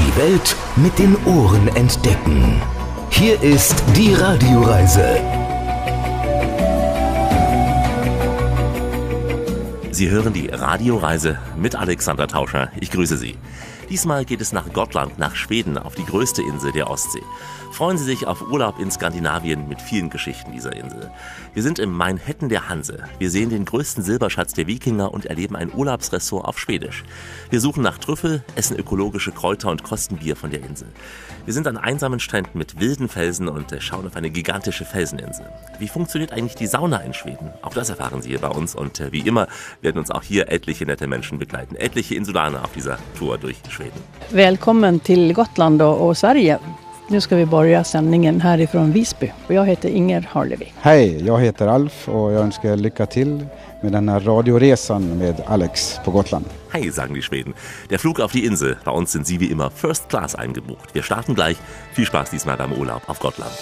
Die Welt mit den Ohren entdecken. Hier ist die Radioreise. Sie hören die Radioreise mit Alexander Tauscher. Ich grüße Sie. Diesmal geht es nach Gotland, nach Schweden, auf die größte Insel der Ostsee. Freuen Sie sich auf Urlaub in Skandinavien mit vielen Geschichten dieser Insel. Wir sind im Manhattan der Hanse. Wir sehen den größten Silberschatz der Wikinger und erleben ein Urlaubsressort auf Schwedisch. Wir suchen nach Trüffel, essen ökologische Kräuter und kosten Bier von der Insel. Wir sind an einsamen Stränden mit wilden Felsen und schauen auf eine gigantische Felseninsel. Wie funktioniert eigentlich die Sauna in Schweden? Auch das erfahren Sie hier bei uns und wie immer werden uns auch hier etliche nette Menschen begleiten. Etliche Insulaner auf dieser Tour durch Schweden. Välkommen till Gotland och Sverige. Nu ska vi börja sändningen härifrån Visby. Jag heter Inger Harlevi. Hej, jag heter Alf och jag önskar lycka till med den här radioresan med Alex på Gotland. Hi, sagen die Schweden. Der Flug auf die Insel. Bei uns sind Sie wie immer First Class eingebucht. Wir starten gleich. Viel Spaß diesmal beim Urlaub auf Gotland.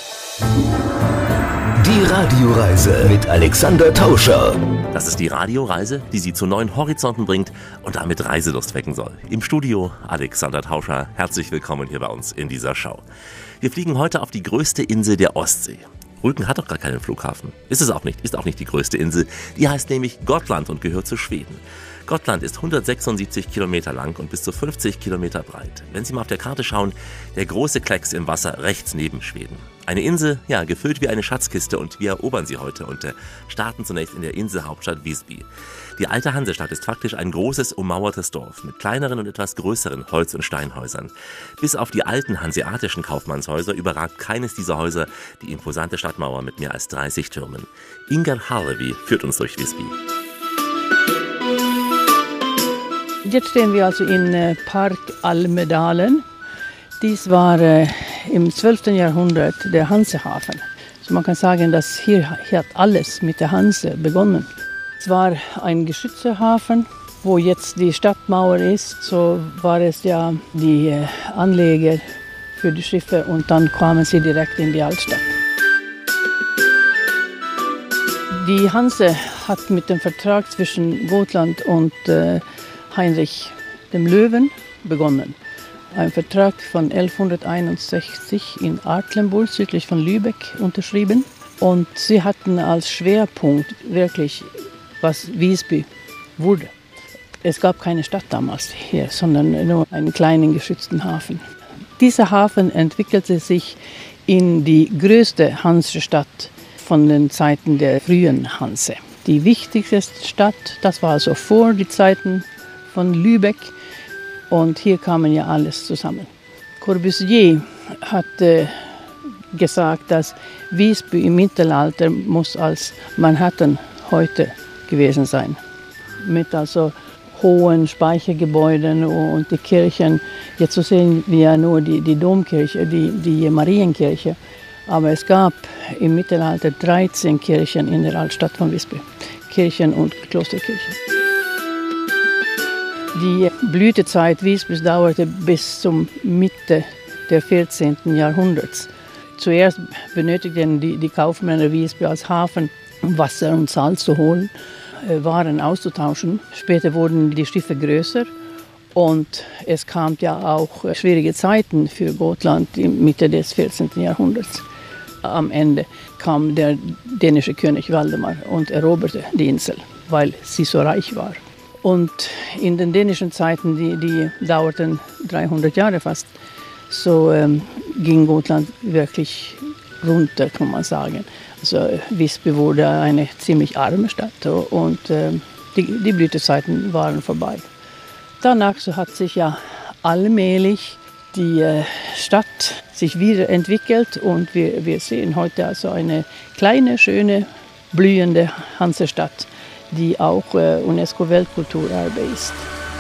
Die Radioreise mit Alexander Tauscher. Das ist die Radioreise, die Sie zu neuen Horizonten bringt und damit Reiselust wecken soll. Im Studio Alexander Tauscher. Herzlich willkommen hier bei uns in dieser Show. Wir fliegen heute auf die größte Insel der Ostsee. Rügen hat doch gar keinen Flughafen. Ist auch nicht die größte Insel. Die heißt nämlich Gotland und gehört zu Schweden. Gotland ist 176 Kilometer lang und bis zu 50 Kilometer breit. Wenn Sie mal auf der Karte schauen, der große Klecks im Wasser rechts neben Schweden. Eine Insel, ja, gefüllt wie eine Schatzkiste und wir erobern sie heute und starten zunächst in der Inselhauptstadt Visby. Die alte Hansestadt ist faktisch ein großes, ummauertes Dorf mit kleineren und etwas größeren Holz- und Steinhäusern. Bis auf die alten hanseatischen Kaufmannshäuser überragt keines dieser Häuser die imposante Stadtmauer mit mehr als 30 Türmen. Inger Harlevi führt uns durch Visby. Jetzt stehen wir also in Park Almedalen. Dies war im 12. Jahrhundert der Hansehafen. So man kann sagen, dass hier hat alles mit der Hanse begonnen. Es war ein geschützter Hafen, wo jetzt die Stadtmauer ist. So war es ja die Anleger für die Schiffe und dann kamen sie direkt in die Altstadt. Die Hanse hat mit dem Vertrag zwischen Gotland und Heinrich dem Löwen begonnen. Ein Vertrag von 1161 in Artlenburg, südlich von Lübeck, unterschrieben. Und sie hatten als Schwerpunkt wirklich, was Visby wurde. Es gab keine Stadt damals hier, sondern nur einen kleinen geschützten Hafen. Dieser Hafen entwickelte sich in die größte Hansestadt von den Zeiten der frühen Hanse. Die wichtigste Stadt, das war also vor die Zeiten von Lübeck. Und hier kamen ja alles zusammen. Corbusier hat gesagt, dass Visby im Mittelalter muss als Manhattan heute gewesen sein. Mit also hohen Speichergebäuden und die Kirchen. Jetzt so sehen wir ja nur die Domkirche, die Marienkirche. Aber es gab im Mittelalter 13 Kirchen in der Altstadt von Visby. Kirchen und Klosterkirchen. Die Blütezeit Visbys dauerte bis zum Mitte des 14. Jahrhunderts. Zuerst benötigten die Kaufmänner Visby als Hafen, um Wasser und Salz zu holen, Waren auszutauschen. Später wurden die Schiffe größer und es kam ja auch schwierige Zeiten für Gotland in Mitte des 14. Jahrhunderts. Am Ende kam der dänische König Valdemar und eroberte die Insel, weil sie so reich war. Und in den dänischen Zeiten, die dauerten 300 Jahre fast, so ging Gotland wirklich runter, kann man sagen. Also Visby wurde eine ziemlich arme Stadt und die Blütezeiten waren vorbei. Danach so hat sich ja allmählich die Stadt sich wieder entwickelt und wir sehen heute also eine kleine, schöne, blühende Hansestadt, die auch UNESCO-Weltkulturerbe ist.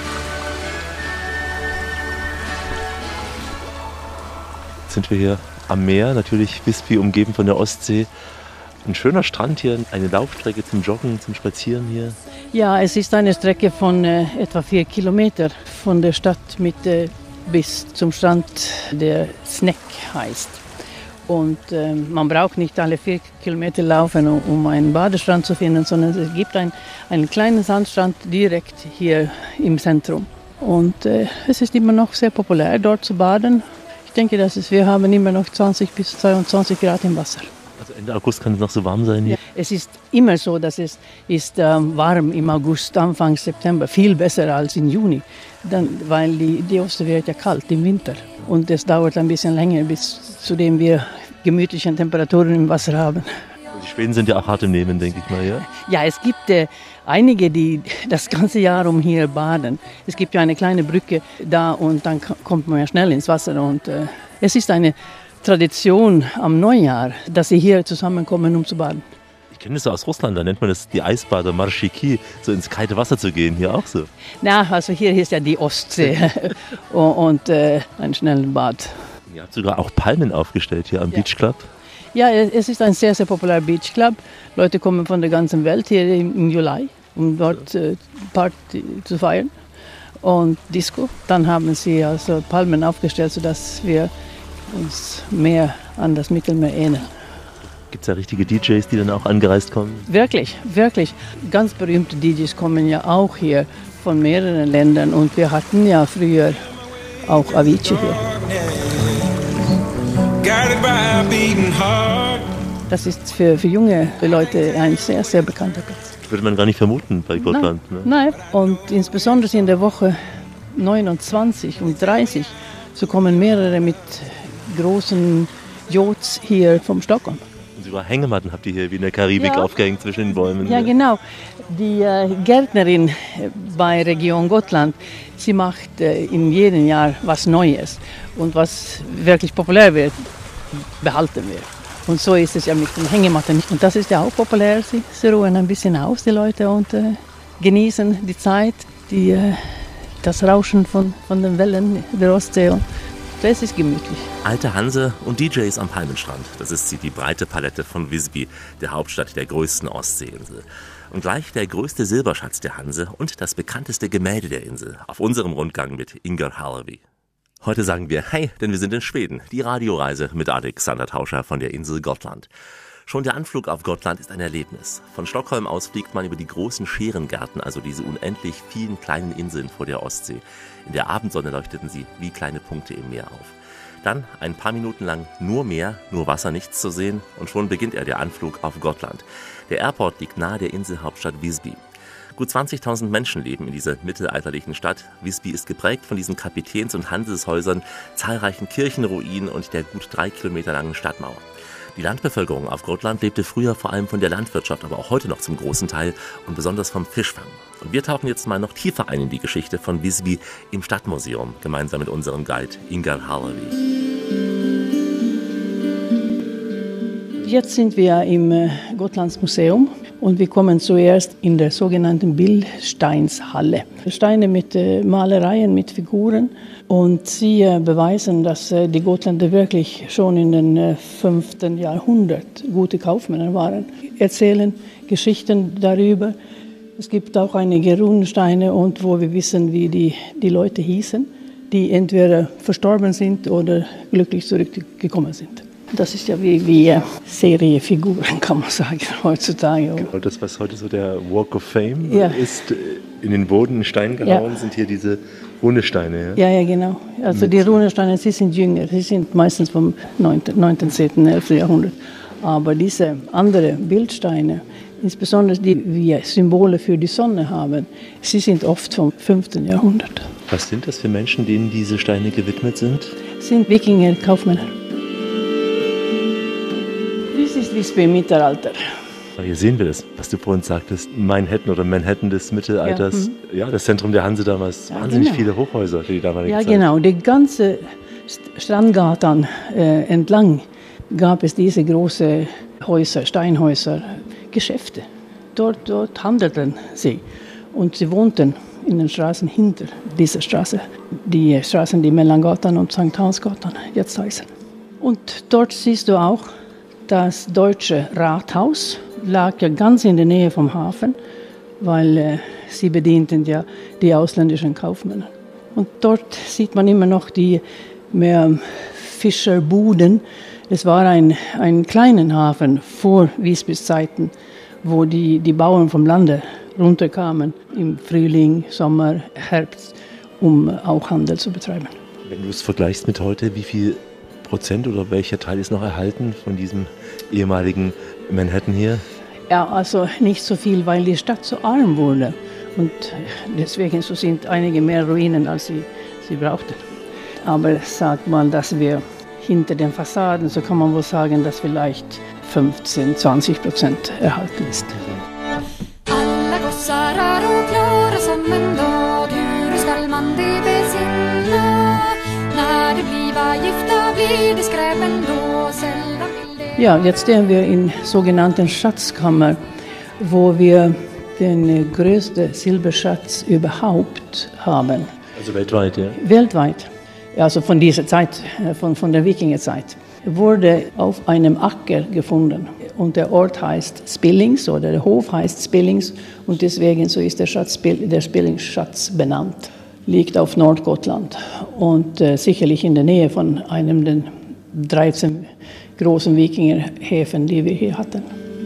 Jetzt sind wir hier am Meer, natürlich Visby umgeben von der Ostsee. Ein schöner Strand hier, eine Laufstrecke zum Joggen, zum Spazieren hier. Ja, es ist eine Strecke von etwa 4 Kilometer von der Stadtmitte bis zum Strand, der Snäck heißt. Und man braucht nicht alle 4 Kilometer laufen, um einen Badestrand zu finden, sondern es gibt einen kleinen Sandstrand direkt hier im Zentrum. Und es ist immer noch sehr populär, dort zu baden. Ich denke, wir haben immer noch 20 bis 22 Grad im Wasser. Also Ende August kann es noch so warm sein hier? Ja, es ist immer so, dass es ist warm im August, Anfang September, viel besser als im Juni, weil die Ostsee wird ja kalt im Winter. Und es dauert ein bisschen länger, bis zu dem wir gemütliche Temperaturen im Wasser haben. Die Schweden sind ja auch hart im Nehmen, denke ich mal, ja? Ja, es gibt einige, die das ganze Jahr hier baden. Es gibt ja eine kleine Brücke da und dann kommt man ja schnell ins Wasser. Und es ist eine Tradition am Neujahr, dass sie hier zusammenkommen, um zu baden. Ich kenne das so aus Russland, da nennt man das die Eisbader Marschiki, so ins kalte Wasser zu gehen, hier auch so. Na, also hier ist ja die Ostsee und ein schnellen Bad. Ihr habt sogar auch Palmen aufgestellt hier am Beach Club. Ja, es ist ein sehr, sehr populärer Beach Club. Leute kommen von der ganzen Welt hier im Juli, um dort Party zu feiern und Disco. Dann haben sie also Palmen aufgestellt, sodass wir uns mehr an das Mittelmeer ähneln. Gibt es da richtige DJs, die dann auch angereist kommen? Wirklich, wirklich. Ganz berühmte DJs kommen ja auch hier von mehreren Ländern und wir hatten ja früher auch Avicii hier. Das ist für junge Leute ein sehr, sehr bekannter Platz. Würde man gar nicht vermuten bei Gotland. Nein. Und insbesondere in der Woche 29 und 30 so kommen mehrere mit großen Yachts hier vom Stockholm. Und sogar Hängematten habt ihr hier wie in der Karibik aufgehängt zwischen den Bäumen. Ja, genau. Die Gärtnerin bei Region Gotland, sie macht in jedem Jahr was Neues. Und was wirklich populär wird, behalten wir. Und so ist es ja mit den Hängematten. Und das ist ja auch populär. Sie ruhen ein bisschen aus, die Leute, und genießen die Zeit, das Rauschen von den Wellen der Ostsee. Und das ist gemütlich. Alte Hanse und DJs am Palmenstrand. Das ist die breite Palette von Visby, der Hauptstadt der größten Ostseeinsel. Und gleich der größte Silberschatz der Hanse und das bekannteste Gemälde der Insel auf unserem Rundgang mit Inger Hallevi. Heute sagen wir Hey, denn wir sind in Schweden. Die Radioreise mit Alexander Tauscher von der Insel Gotland. Schon der Anflug auf Gotland ist ein Erlebnis. Von Stockholm aus fliegt man über die großen Scherengärten, also diese unendlich vielen kleinen Inseln vor der Ostsee. In der Abendsonne leuchteten sie wie kleine Punkte im Meer auf. Dann ein paar Minuten lang nur Meer, nur Wasser, nichts zu sehen und schon beginnt der Anflug auf Gotland. Der Airport liegt nahe der Inselhauptstadt Visby. Gut 20.000 Menschen leben in dieser mittelalterlichen Stadt. Visby ist geprägt von diesen Kapitäns- und Handelshäusern, zahlreichen Kirchenruinen und der gut 3 Kilometer langen Stadtmauer. Die Landbevölkerung auf Gotland lebte früher vor allem von der Landwirtschaft, aber auch heute noch zum großen Teil und besonders vom Fischfang. Und wir tauchen jetzt mal noch tiefer ein in die Geschichte von Visby im Stadtmuseum, gemeinsam mit unserem Guide Inger Hallevi. Jetzt sind wir im Gotlandsmuseum und wir kommen zuerst in der sogenannten Bildsteinshalle. Steine mit Malereien, mit Figuren, und sie beweisen, dass die Gotländer wirklich schon in den 5. Jahrhundert gute Kaufmänner waren. Erzählen Geschichten darüber. Es gibt auch einige Runensteine, und wo wir wissen, wie die Leute hießen, die entweder verstorben sind oder glücklich zurückgekommen sind. Das ist ja wie Seriefiguren, kann man sagen, heutzutage. Genau, das, was heute so der Walk of Fame ist, in den Boden in Stein gehauen, sind hier diese Runesteine. Ja, genau. Also die Runesteine, sie sind jünger, sie sind meistens vom 9., 10., 11. Jahrhundert. Aber diese anderen Bildsteine, insbesondere die wir Symbole für die Sonne haben, sie sind oft vom 5. Jahrhundert. Was sind das für Menschen, denen diese Steine gewidmet sind? Sind Wikinger, Kaufmänner. Das ist Visby im Mittelalter. Hier sehen wir das, was du vorhin sagtest, Manhattan des Mittelalters. Ja, das Zentrum der Hanse damals, wahnsinnig viele Hochhäuser für die damalige Zeit. Ja, genau. Die ganze Strandgatan entlang gab es diese großen Häuser, Steinhäuser, Geschäfte. Dort handelten sie. Und sie wohnten in den Straßen hinter dieser Straße. Die Straßen, die Mellangatan und St. Hansgatan jetzt heißen. Und dort siehst du auch, das deutsche Rathaus lag ja ganz in der Nähe vom Hafen, weil sie bedienten ja die ausländischen Kaufmänner. Und dort sieht man immer noch die mehr Fischerbuden. Es war ein kleiner Hafen vor Visbys Zeiten, wo die Bauern vom Lande runterkamen im Frühling, Sommer, Herbst um auch Handel zu betreiben. Wenn du es vergleichst mit heute, wie viel Prozent oder welcher Teil ist noch erhalten von diesem ehemaligen Manhattan hier? Ja, also nicht so viel, weil die Stadt so arm wurde. Und deswegen so sind einige mehr Ruinen, als sie brauchten. Aber sag mal, dass wir hinter den Fassaden, so kann man wohl sagen, dass vielleicht 15-20% erhalten ist. Alla gossar är och klara som en dag. Hur skall man det besinna? När det bliva gifta blir det skräp ändå. Sällan vill det... Ja, jetzt stehen wir in sogenannten Schatzkammer, wo wir den größten Silberschatz überhaupt haben. Also weltweit, ja? Weltweit. Also von dieser Zeit, von der Wikingerzeit, wurde auf einem Acker gefunden. Und der Ort heißt Spillings oder der Hof heißt Spillings und deswegen so ist der Spillingsschatz benannt. Liegt auf Nordgotland und sicherlich in der Nähe von einem der 13 großen Wikingerhäfen, die wir hier hatten.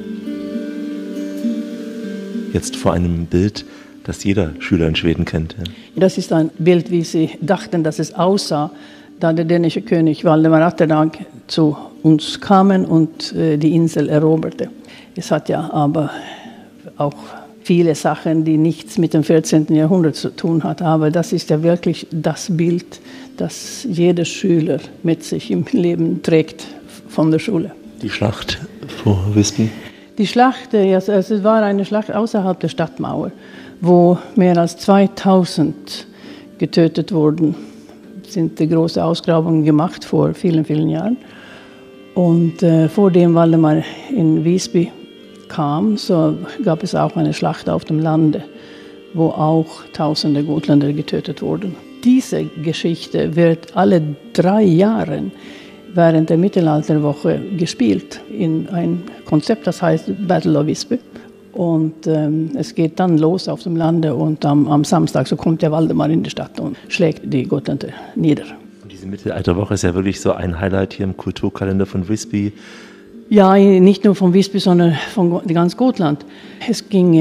Jetzt vor einem Bild, das jeder Schüler in Schweden kennt. Ja. Das ist ein Bild, wie sie dachten, dass es aussah, da der dänische König Valdemar Atterdag zu uns kam und die Insel eroberte. Es hat ja aber auch viele Sachen, die nichts mit dem 14. Jahrhundert zu tun hat. Aber das ist ja wirklich das Bild, das jeder Schüler mit sich im Leben trägt von der Schule. Die Schlacht vor Visby? Die Schlacht, also es war eine Schlacht außerhalb der Stadtmauer, wo mehr als 2000 getötet wurden. Es sind große Ausgrabungen gemacht vor vielen, vielen Jahren. Und vor dem Valdemar in Visby kam, so gab es auch eine Schlacht auf dem Lande, wo auch Tausende Gotländer getötet wurden. Diese Geschichte wird alle 3 Jahre während der Mittelalterwoche gespielt in ein Konzept, das heißt Battle of Visby. Und es geht dann los auf dem Lande und am Samstag so kommt der Valdemar in die Stadt und schlägt die Gotländer nieder. Und diese Mittelalterwoche ist ja wirklich so ein Highlight hier im Kulturkalender von Visby. Ja, nicht nur von Visby, sondern von ganz Gotland. Es ging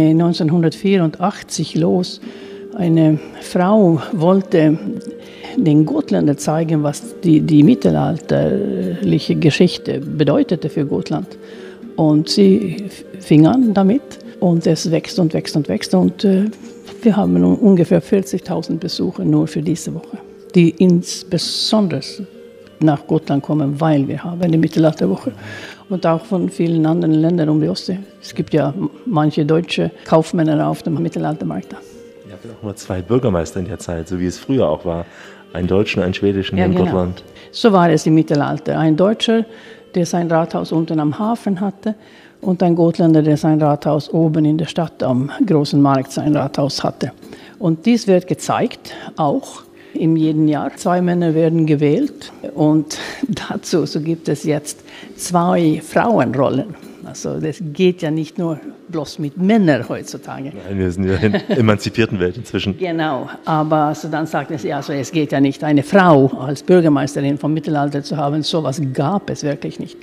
1984 los. Eine Frau wollte den Gotländern zeigen, was die mittelalterliche Geschichte bedeutete für Gotland. Und sie fing an damit und es wächst und wächst und wächst. Und wir haben ungefähr 40.000 Besucher nur für diese Woche, die insbesondere nach Gotland kommen, weil wir haben eine Mittelalterwoche. Und auch von vielen anderen Ländern um die Ostsee. Es gibt ja manche deutsche Kaufmänner auf dem Mittelaltermarkt. Ihr habt auch mal 2 Bürgermeister in der Zeit, so wie es früher auch war. Einen deutschen, einen schwedischen in genau. Gotland. So war es im Mittelalter. Ein Deutscher, der sein Rathaus unten am Hafen hatte und ein Gotländer, der sein Rathaus oben in der Stadt am großen Markt sein Rathaus hatte. Und dies wird gezeigt, auch in jedem Jahr. 2 Männer werden gewählt und dazu so gibt es jetzt 2 Frauenrollen. Also das geht ja nicht nur bloß mit Männern heutzutage. Nein, wir sind ja in der emanzipierten Welt inzwischen. Genau, aber also dann sagt es, also es geht ja nicht, eine Frau als Bürgermeisterin vom Mittelalter zu haben, sowas gab es wirklich nicht.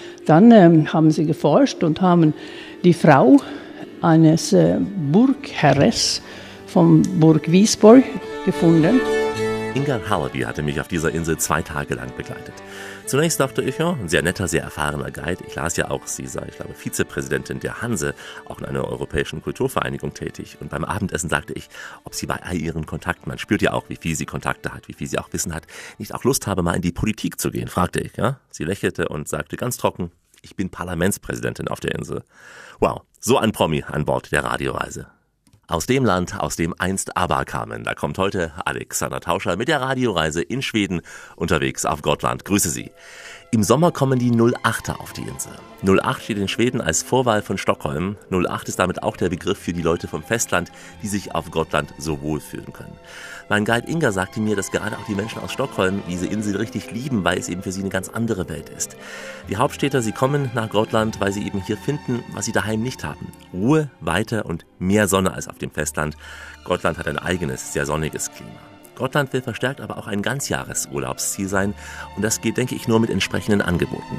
Dann haben sie geforscht und haben die Frau eines Burgherres von Burg Wiesborg gefunden. Inga Halaby hatte mich auf dieser Insel 2 Tage lang begleitet. Zunächst dachte ich, ja, ein sehr netter, sehr erfahrener Guide. Ich las ja auch, sie sei, ich glaube, Vizepräsidentin der Hanse, auch in einer europäischen Kulturvereinigung tätig. Und beim Abendessen sagte ich, ob sie bei all ihren Kontakten, man spürt ja auch, wie viel sie Kontakte hat, wie viel sie auch Wissen hat, nicht auch Lust habe, mal in die Politik zu gehen, fragte ich. Ja? Sie lächelte und sagte ganz trocken, ich bin Parlamentspräsidentin auf der Insel. Wow, so ein Promi an Bord der Radioreise. Aus dem Land, aus dem einst ABBA kamen, da kommt heute Alexander Tauscher mit der Radioreise in Schweden unterwegs auf Gotland. Grüße Sie. Im Sommer kommen die 08er auf die Insel. 08 steht in Schweden als Vorwahl von Stockholm. 08 ist damit auch der Begriff für die Leute vom Festland, die sich auf Gotland so wohlfühlen können. Mein Guide Inga sagte mir, dass gerade auch die Menschen aus Stockholm diese Insel richtig lieben, weil es eben für sie eine ganz andere Welt ist. Die Hauptstädter, sie kommen nach Gotland, weil sie eben hier finden, was sie daheim nicht haben. Ruhe, Weite und mehr Sonne als auf dem Festland. Gotland hat ein eigenes, sehr sonniges Klima. Gotland will verstärkt aber auch ein Ganzjahresurlaubsziel sein und das geht, denke ich, nur mit entsprechenden Angeboten.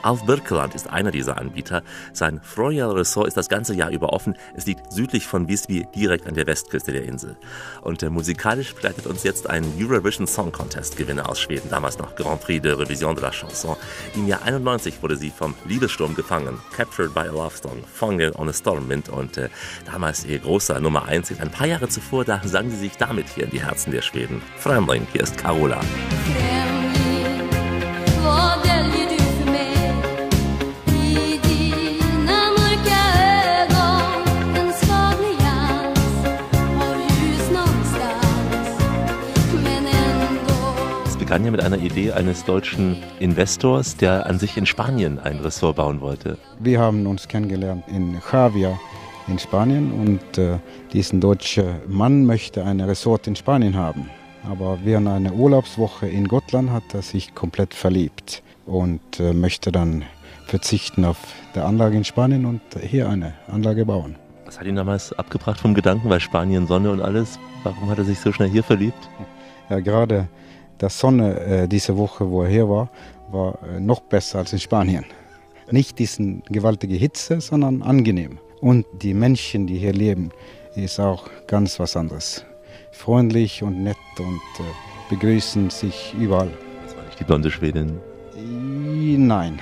Alf Birkeland ist einer dieser Anbieter. Sein Royal Resort ist das ganze Jahr über offen. Es liegt südlich von Visby, direkt an der Westküste der Insel. Und musikalisch begleitet uns jetzt ein Eurovision Song Contest Gewinner aus Schweden, damals noch Grand Prix de Revision de la Chanson. Im Jahr 91 wurde sie vom Liebessturm gefangen, Captured by a Love Song, Fången on a Stormwind, und damals ihr großer Nummer 1. Ein paar Jahre zuvor, da sang sie sich damit hier in die Herzen der Schweden. Främling, hier ist Carola. Främling, vad väljer du för mig? I dina mörka ögon en svag nyans av ljus någonstans, men ändå. Es begann ja mit einer Idee eines deutschen Investors, der an sich in Spanien ein Ressort bauen wollte. Wir haben uns kennengelernt in Xavia in Spanien und diesen deutschen Mann möchte ein Resort in Spanien haben. Aber während einer Urlaubswoche in Gotland hat er sich komplett verliebt und möchte dann verzichten auf die Anlage in Spanien und hier eine Anlage bauen. Was hat ihn damals abgebracht vom Gedanken, weil Spanien, Sonne und alles? Warum hat er sich so schnell hier verliebt? Ja, gerade die Sonne diese Woche, wo er hier war noch besser als in Spanien. Nicht diese gewaltige Hitze, sondern angenehm. Und die Menschen, die hier leben, ist auch ganz was anderes. Freundlich und nett und begrüßen sich überall. Das war nicht die blonde Schwedin? Nein.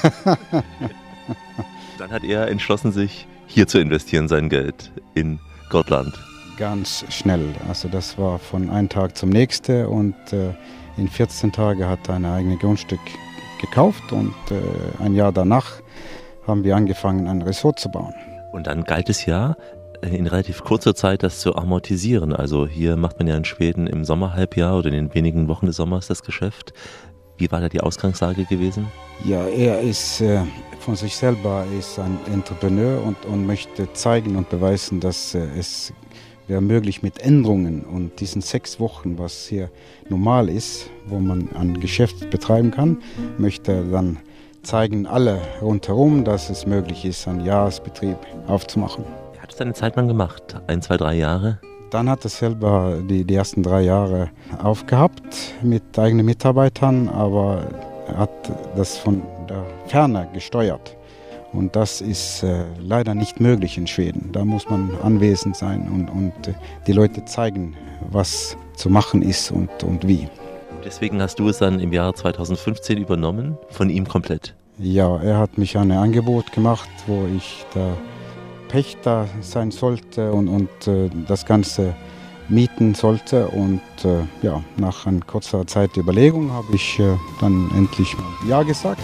Dann hat er entschlossen, sich hier zu investieren, sein Geld in Gotland. Ganz schnell. Also das war von einem Tag zum nächsten und in 14 Tagen hat er ein eigenes Grundstück gekauft und ein Jahr danach haben wir angefangen, ein Resort zu bauen. Und dann galt es ja, in relativ kurzer Zeit das zu amortisieren. Also hier macht man ja in Schweden im Sommerhalbjahr oder in den wenigen Wochen des Sommers das Geschäft. Wie war da die Ausgangslage gewesen? Ja, er ist von sich selber ist ein Entrepreneur und möchte zeigen und beweisen, dass es wäre möglich mit Änderungen und diesen 6 Wochen, was hier normal ist, wo man ein Geschäft betreiben kann, möchte er dann zeigen alle rundherum, dass es möglich ist, einen Jahresbetrieb aufzumachen. Er hat es eine Zeit lang gemacht, 1, 2, 3 Jahre. Dann hat er selber die ersten 3 Jahre aufgehabt mit eigenen Mitarbeitern, aber er hat das von der Ferne gesteuert. Und das ist leider nicht möglich in Schweden. Da muss man anwesend sein und die Leute zeigen, was zu machen ist und wie. Deswegen hast du es dann im Jahr 2015 übernommen, von ihm komplett? Ja, er hat mich ein Angebot gemacht, wo ich der Pächter sein sollte und das Ganze mieten sollte. Und ja, nach einer kurzer Zeit Überlegung habe ich dann endlich Ja gesagt.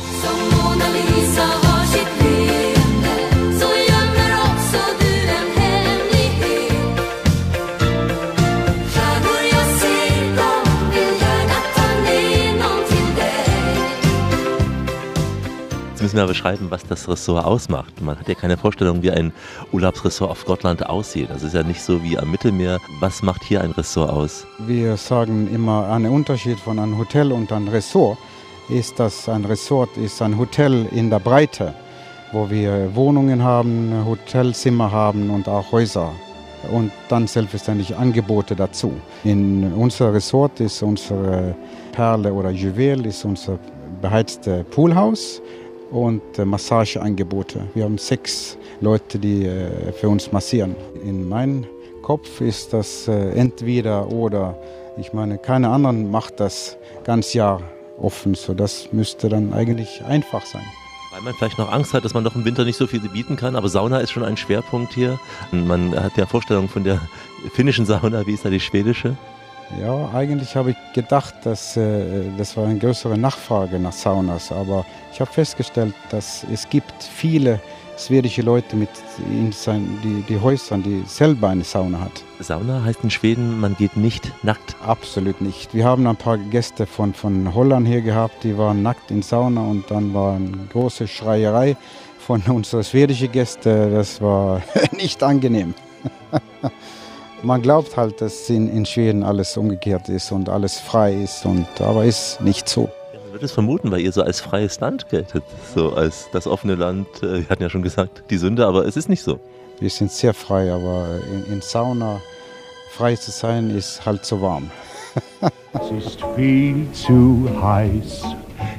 Müssen wir beschreiben, was das Ressort ausmacht. Man hat ja keine Vorstellung, wie ein Urlaubsressort auf Gotland aussieht. Das ist ja nicht so wie am Mittelmeer. Was macht hier ein Ressort aus? Wir sagen immer, ein Unterschied von einem Hotel und einem Ressort ist, dass ein Ressort ist ein Hotel in der Breite, wo wir Wohnungen haben, Hotelzimmer haben und auch Häuser. Und dann selbstverständlich Angebote dazu. In unser Ressort ist unsere Perle oder Juwel ist unser beheizte Poolhaus und Massageangebote. Wir haben 6 Leute, die für uns massieren. In meinem Kopf ist das entweder oder. Ich meine, keine anderen macht das ganz Jahr offen, so das müsste dann eigentlich einfach sein. Weil man vielleicht noch Angst hat, dass man doch im Winter nicht so viel bieten kann, aber Sauna ist schon ein Schwerpunkt hier. Man hat ja Vorstellungen von der finnischen Sauna, wie ist da die schwedische? Ja, eigentlich habe ich gedacht, dass das war eine größere Nachfrage nach Saunas, aber ich habe festgestellt, dass es gibt viele schwedische Leute mit die Häuser, die selber eine Sauna hat. Sauna heißt in Schweden, man geht nicht nackt? Absolut nicht. Wir haben ein paar Gäste von Holland hier gehabt, die waren nackt in Sauna und dann war eine große Schreierei von unseren schwedischen Gästen. Das war nicht angenehm. Man glaubt halt, dass in Schweden alles umgekehrt ist und alles frei ist, aber ist nicht so. Man würde es vermuten, weil ihr so als freies Land geltet, so als das offene Land. Wir hatten ja schon gesagt, die Sünde, aber es ist nicht so. Wir sind sehr frei, aber in Sauna frei zu sein, ist halt so warm. Es ist viel zu heiß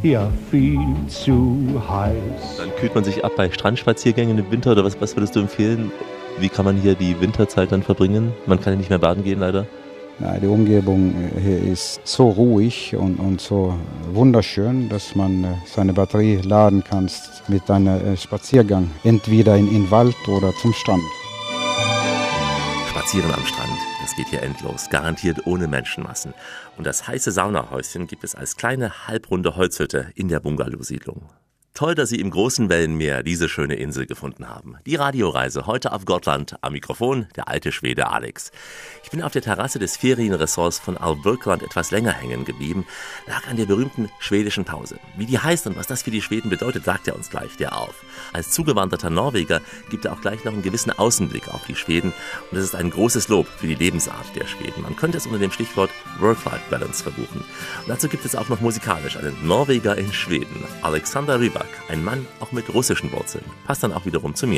ja viel zu heiß. Dann kühlt man sich ab bei Strandspaziergängen im Winter oder was würdest du empfehlen? Wie kann man hier die Winterzeit dann verbringen? Man kann ja nicht mehr baden gehen, leider. Ja, die Umgebung hier ist so ruhig und so wunderschön, dass man seine Batterie laden kann mit einem Spaziergang, entweder in den Wald oder zum Strand. Spazieren am Strand, das geht hier endlos, garantiert ohne Menschenmassen. Und das heiße Saunahäuschen gibt es als kleine halbrunde Holzhütte in der Bungalow-Siedlung. Toll, dass Sie im großen Wellenmeer diese schöne Insel gefunden haben. Die Radioreise heute auf Gotland, am Mikrofon der alte Schwede Alex. Ich bin auf der Terrasse des Ferienressorts von Alburkland etwas länger hängen geblieben, lag an der berühmten schwedischen Pause. Wie die heißt und was das für die Schweden bedeutet, sagt er uns gleich, der Alf. Als zugewanderter Norweger gibt er auch gleich noch einen gewissen Außenblick auf die Schweden und es ist ein großes Lob für die Lebensart der Schweden. Man könnte es unter dem Stichwort Work-Life-Balance verbuchen. Und dazu gibt es auch noch musikalisch einen Norweger in Schweden, Alexander Rybak. Ein Mann auch mit russischen Wurzeln. Passt dann auch wiederum zu mir.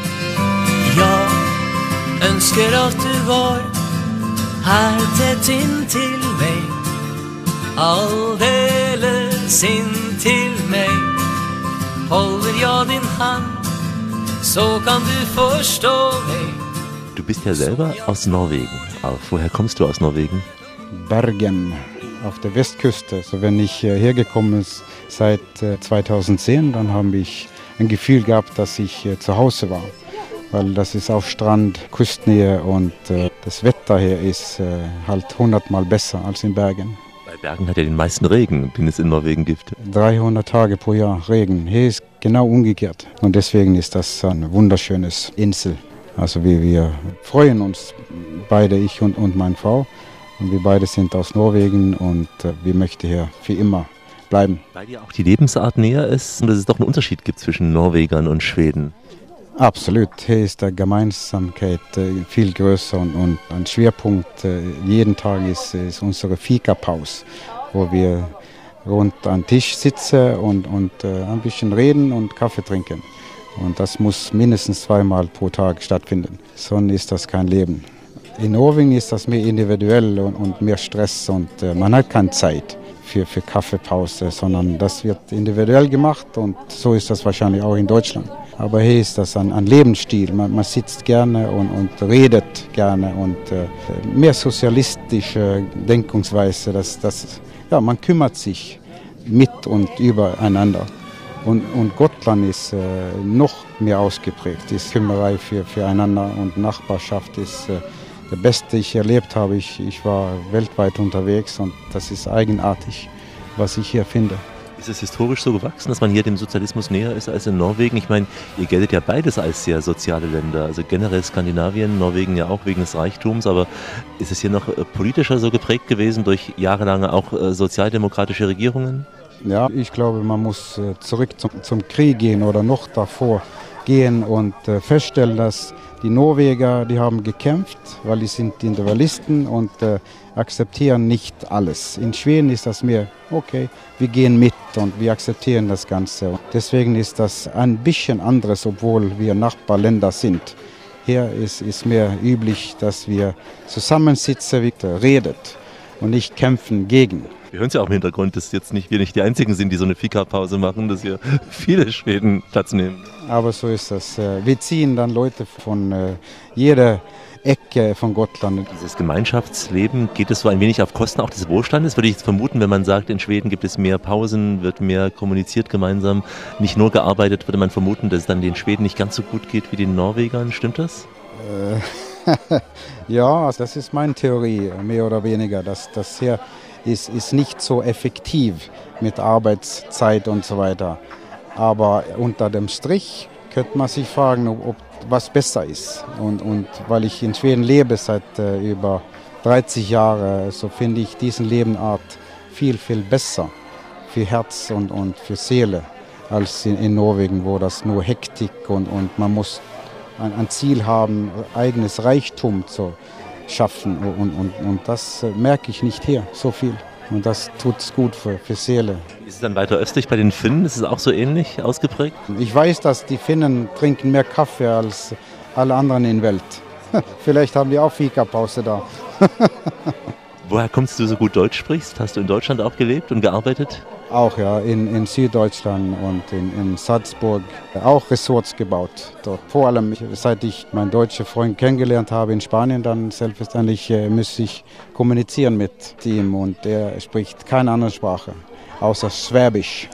Jag önskar att du var här tätt intill mig, alldeles intill mig. Håller jag din hand så kan du förstå mig. Du bist ja selber aus Norwegen. Aber woher kommst du aus Norwegen? Bergen auf der Westküste. Also wenn ich hergekommen bin seit 2010, dann habe ich ein Gefühl gehabt, dass ich zu Hause war. Weil das ist auf Strand, Küstennähe und das Wetter hier ist halt 100-mal besser als in Bergen. Weil Bergen hat ja den meisten Regen, den es in Norwegen gibt. 300 Tage pro Jahr Regen. Hier ist genau umgekehrt. Und deswegen ist das eine wunderschöne Insel. Also wir freuen uns beide, ich und meine Frau. Und wir beide sind aus Norwegen und wir möchten hier für immer bleiben. Weil dir auch die Lebensart näher ist und dass es doch einen Unterschied gibt zwischen Norwegern und Schweden. Absolut. Hier ist die Gemeinsamkeit viel größer und ein Schwerpunkt jeden Tag ist unsere Fika-Pause, wo wir rund an den Tisch sitzen und ein bisschen reden und Kaffee trinken. Und das muss mindestens 2-mal pro Tag stattfinden. Sonst ist das kein Leben. In Norwegen ist das mehr individuell und mehr Stress und man hat keine Zeit für Kaffeepause, sondern das wird individuell gemacht und so ist das wahrscheinlich auch in Deutschland. Aber hier ist das ein Lebensstil, man sitzt gerne und redet gerne und mehr sozialistische Denkungsweise, man kümmert sich mit und übereinander. Und Gotland ist noch mehr ausgeprägt, ist Kümmerei füreinander und Nachbarschaft ist das Beste, ich erlebt habe. Ich war weltweit unterwegs und das ist eigenartig, was ich hier finde. Ist es historisch so gewachsen, dass man hier dem Sozialismus näher ist als in Norwegen? Ich meine, ihr geltet ja beides als sehr soziale Länder, also generell Skandinavien, Norwegen ja auch wegen des Reichtums, aber ist es hier noch politischer so geprägt gewesen durch jahrelange auch sozialdemokratische Regierungen? Ja, ich glaube, man muss zurück zum Krieg gehen oder noch davor gehen und feststellen, dass die Norweger, die haben gekämpft, weil die sind Individualisten und akzeptieren nicht alles. In Schweden ist das mehr, okay, wir gehen mit und wir akzeptieren das Ganze. Und deswegen ist das ein bisschen anderes, obwohl wir Nachbarländer sind. Hier ist mehr üblich, dass wir zusammensitzen, redet und nicht kämpfen gegen. Wir hören es ja auch im Hintergrund, dass jetzt wir nicht die Einzigen sind, die so eine Fika-Pause machen, dass hier viele Schweden Platz nehmen. Aber so ist das. Wir ziehen dann Leute von jeder Ecke von Gotland. Dieses Gemeinschaftsleben, geht es so ein wenig auf Kosten auch des Wohlstandes? Würde ich jetzt vermuten, wenn man sagt, in Schweden gibt es mehr Pausen, wird mehr kommuniziert gemeinsam, nicht nur gearbeitet, würde man vermuten, dass es dann den Schweden nicht ganz so gut geht wie den Norwegern. Stimmt das? Ja, das ist meine Theorie, mehr oder weniger. Das hier ist nicht so effektiv mit Arbeitszeit und so weiter. Aber unter dem Strich könnte man sich fragen, ob was besser ist. Und weil ich in Schweden lebe seit über 30 Jahren, so finde ich diesen Lebensart viel, viel besser für Herz und für Seele als in Norwegen, wo das nur Hektik und man muss ein Ziel haben, eigenes Reichtum zu schaffen. Und das merke ich nicht hier so viel. Und das tut es gut für Seele. Ist es dann weiter östlich bei den Finnen? Ist es auch so ähnlich ausgeprägt? Ich weiß, dass die Finnen trinken mehr Kaffee als alle anderen in der Welt. Vielleicht haben die auch Fika-Pause da. Woher kommst du so gut Deutsch sprichst? Hast du in Deutschland auch gelebt und gearbeitet? Auch ja, in Süddeutschland und in Salzburg auch Ressorts gebaut. Dort. Vor allem, seit ich meinen deutschen Freund kennengelernt habe in Spanien, dann selbstverständlich müsste ich kommunizieren mit ihm und er spricht keine andere Sprache, außer Schwäbisch.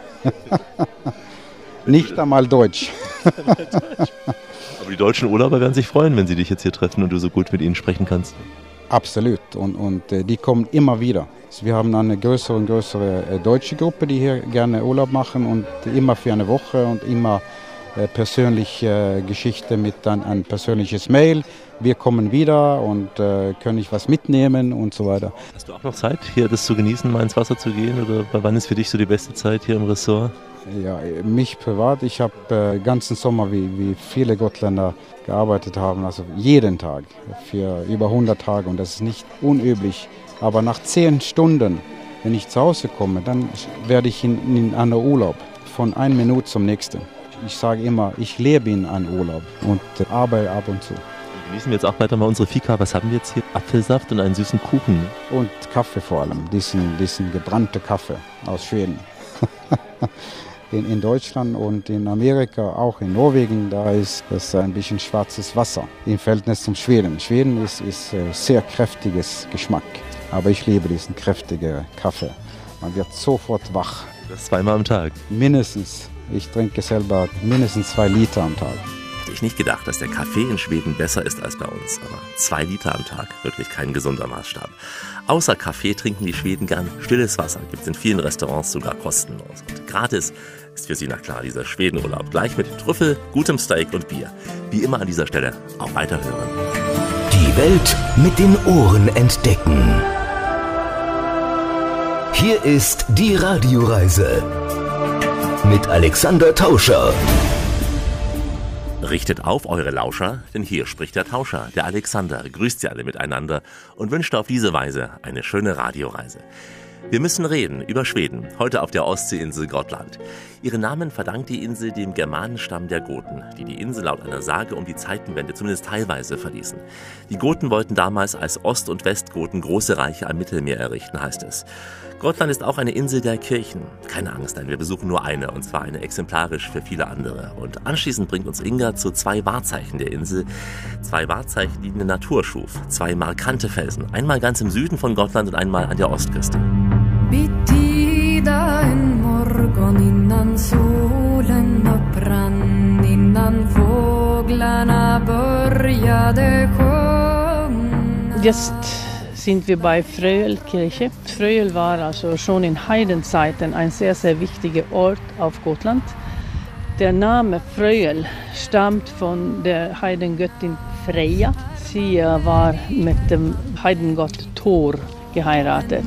Nicht einmal Deutsch. Aber die deutschen Urlauber werden sich freuen, wenn sie dich jetzt hier treffen und du so gut mit ihnen sprechen kannst. Absolut und die kommen immer wieder. Wir haben eine größere und größere deutsche Gruppe, die hier gerne Urlaub machen und immer für eine Woche und immer persönliche Geschichte mit ein persönliches Mail. Wir kommen wieder und können ich was mitnehmen und so weiter. Hast du auch noch Zeit, hier das zu genießen, mal ins Wasser zu gehen oder wann ist für dich so die beste Zeit hier im Ressort? Ja, mich privat, ich habe ganzen Sommer, wie viele Gottländer gearbeitet haben, also jeden Tag für über 100 Tage und das ist nicht unüblich. Aber nach 10 Stunden, wenn ich zu Hause komme, dann werde ich in einen Urlaub von 1 Minute zum nächsten. Ich sage immer, ich lebe in einem Urlaub und arbeite ab und zu. Genießen wir jetzt auch weiter mal unsere Fika. Was haben wir jetzt hier? Apfelsaft und einen süßen Kuchen. Und Kaffee vor allem, diesen gebrannten Kaffee aus Schweden. In Deutschland und in Amerika, auch in Norwegen, da ist das ein bisschen schwarzes Wasser im Verhältnis zum Schweden. Schweden ist sehr kräftiges Geschmack, aber ich liebe diesen kräftigen Kaffee. Man wird sofort wach. Das 2-mal am Tag? Mindestens. Ich trinke selber mindestens 2 Liter am Tag. Hätte ich nicht gedacht, dass der Kaffee in Schweden besser ist als bei uns. Aber 2 Liter am Tag, wirklich kein gesunder Maßstab. Außer Kaffee trinken die Schweden gern stilles Wasser. Gibt es in vielen Restaurants sogar kostenlos. Und gratis ist für sie, na klar, dieser Schwedenurlaub. Gleich mit Trüffel, gutem Steak und Bier. Wie immer an dieser Stelle auch weiterhören. Die Welt mit den Ohren entdecken. Hier ist die Radioreise mit Alexander Tauscher. Richtet auf eure Lauscher, denn hier spricht der Tauscher, der Alexander, grüßt sie alle miteinander und wünscht auf diese Weise eine schöne Radioreise. Wir müssen reden über Schweden, heute auf der Ostseeinsel Gotland. Ihren Namen verdankt die Insel dem Germanenstamm der Goten, die die Insel laut einer Sage um die Zeitenwende zumindest teilweise verließen. Die Goten wollten damals als Ost- und Westgoten große Reiche am Mittelmeer errichten, heißt es. Gotland ist auch eine Insel der Kirchen. Keine Angst, denn wir besuchen nur eine, und zwar eine exemplarisch für viele andere. Und anschließend bringt uns Inga zu 2 Wahrzeichen der Insel. 2 Wahrzeichen, die eine Natur schuf. 2 markante Felsen. Einmal ganz im Süden von Gotland und einmal an der Ostküste. Betida en morgon innan solen upprann, innan fåglarna började sjunga. Jetzt sind wir bei Fröjelkirche. Fröjel war also schon in Heidenzeiten ein sehr, sehr wichtiger Ort auf Gotland. Der Name Fröjel stammt von der Heidengöttin Freja. Sie war mit dem Heidengott Thor geheiratet.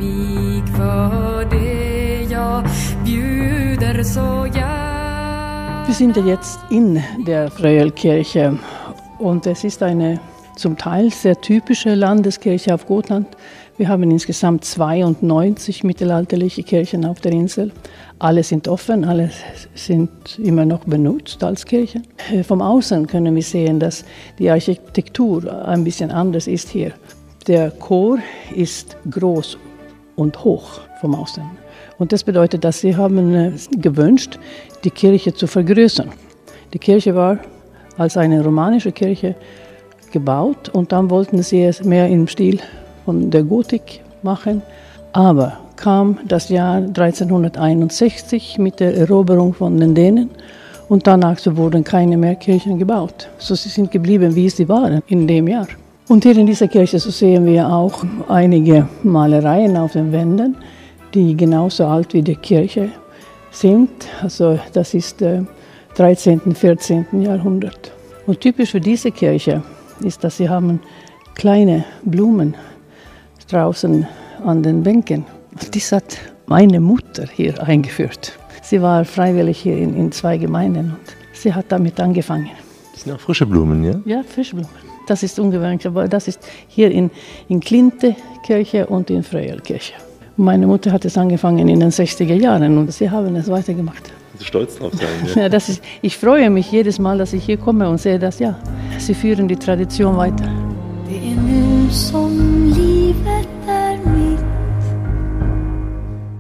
Wir sind jetzt in der Fröjelkirche und es ist eine zum Teil sehr typische Landeskirche auf Gotland. Wir haben insgesamt 92 mittelalterliche Kirchen auf der Insel. Alle sind offen, alle sind immer noch benutzt als Kirchen. Vom Außen können wir sehen, dass die Architektur ein bisschen anders ist hier. Der Chor ist groß und hoch vom Außen. Und das bedeutet, dass sie haben gewünscht, die Kirche zu vergrößern. Die Kirche war als eine romanische Kirche gebaut und dann wollten sie es mehr im Stil von der Gotik machen. Aber kam das Jahr 1361 mit der Eroberung von den Dänen und danach wurden keine mehr Kirchen gebaut. So sie sind geblieben, wie sie waren in dem Jahr. Und hier in dieser Kirche so sehen wir auch einige Malereien auf den Wänden, die genauso alt wie die Kirche sind. Also das ist 13. und 14. Jahrhundert. Und typisch für diese Kirche ist, dass sie haben kleine Blumen draußen an den Bänken. Das hat meine Mutter hier eingeführt. Sie war freiwillig hier in 2 Gemeinden und sie hat damit angefangen. Das sind auch frische Blumen, ja? Ja, frische Blumen. Das ist ungewöhnlich, aber das ist hier in Klinte-Kirche und in Fröjelkirche. Meine Mutter hat es angefangen in den 60er Jahren und sie haben es weitergemacht. Stolz drauf sein. Ja, ich freue mich jedes Mal, dass ich hier komme und sehe, dass sie führen die Tradition weiter. Det är nu som livet är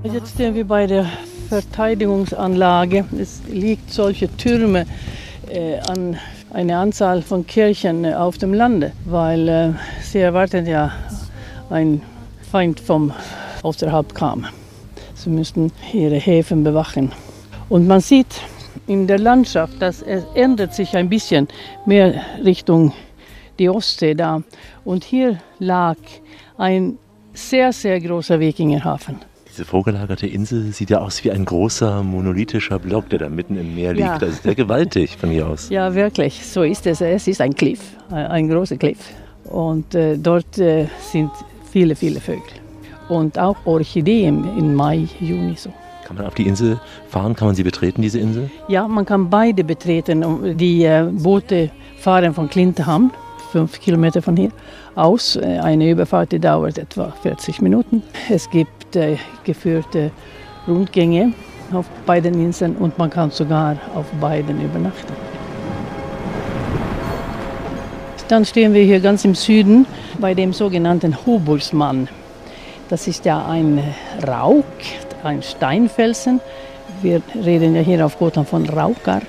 Jetzt stehen wir bei der Verteidigungsanlage. Es liegt solche Türme an eine Anzahl von Kirchen auf dem Lande, weil sie erwarten ja ein Feind vom außerhalb kam. Sie müssten ihre Häfen bewachen. Und man sieht in der Landschaft, dass es ändert sich ein bisschen mehr Richtung die Ostsee da. Und hier lag ein sehr, sehr großer Wikingerhafen. Diese vorgelagerte Insel sieht ja aus wie ein großer monolithischer Block, der da mitten im Meer liegt. Ja. Das ist sehr gewaltig von hier aus. Ja, wirklich, so ist es. Es ist ein Cliff, ein großer Cliff. Und dort sind viele, viele Vögel. Und auch Orchideen im Mai, Juni so. Kann man auf die Insel fahren? Kann man sie betreten, diese Insel? Ja, man kann beide betreten. Die Boote fahren von Klintehamn, 5 Kilometer von hier aus. Eine Überfahrt die dauert etwa 40 Minuten. Es gibt geführte Rundgänge auf beiden Inseln und man kann sogar auf beiden übernachten. Dann stehen wir hier ganz im Süden bei dem sogenannten Hoburgsmann. Das ist ja ein Rauk, ein Steinfelsen. Wir reden ja hier auf Gotland von Raukar.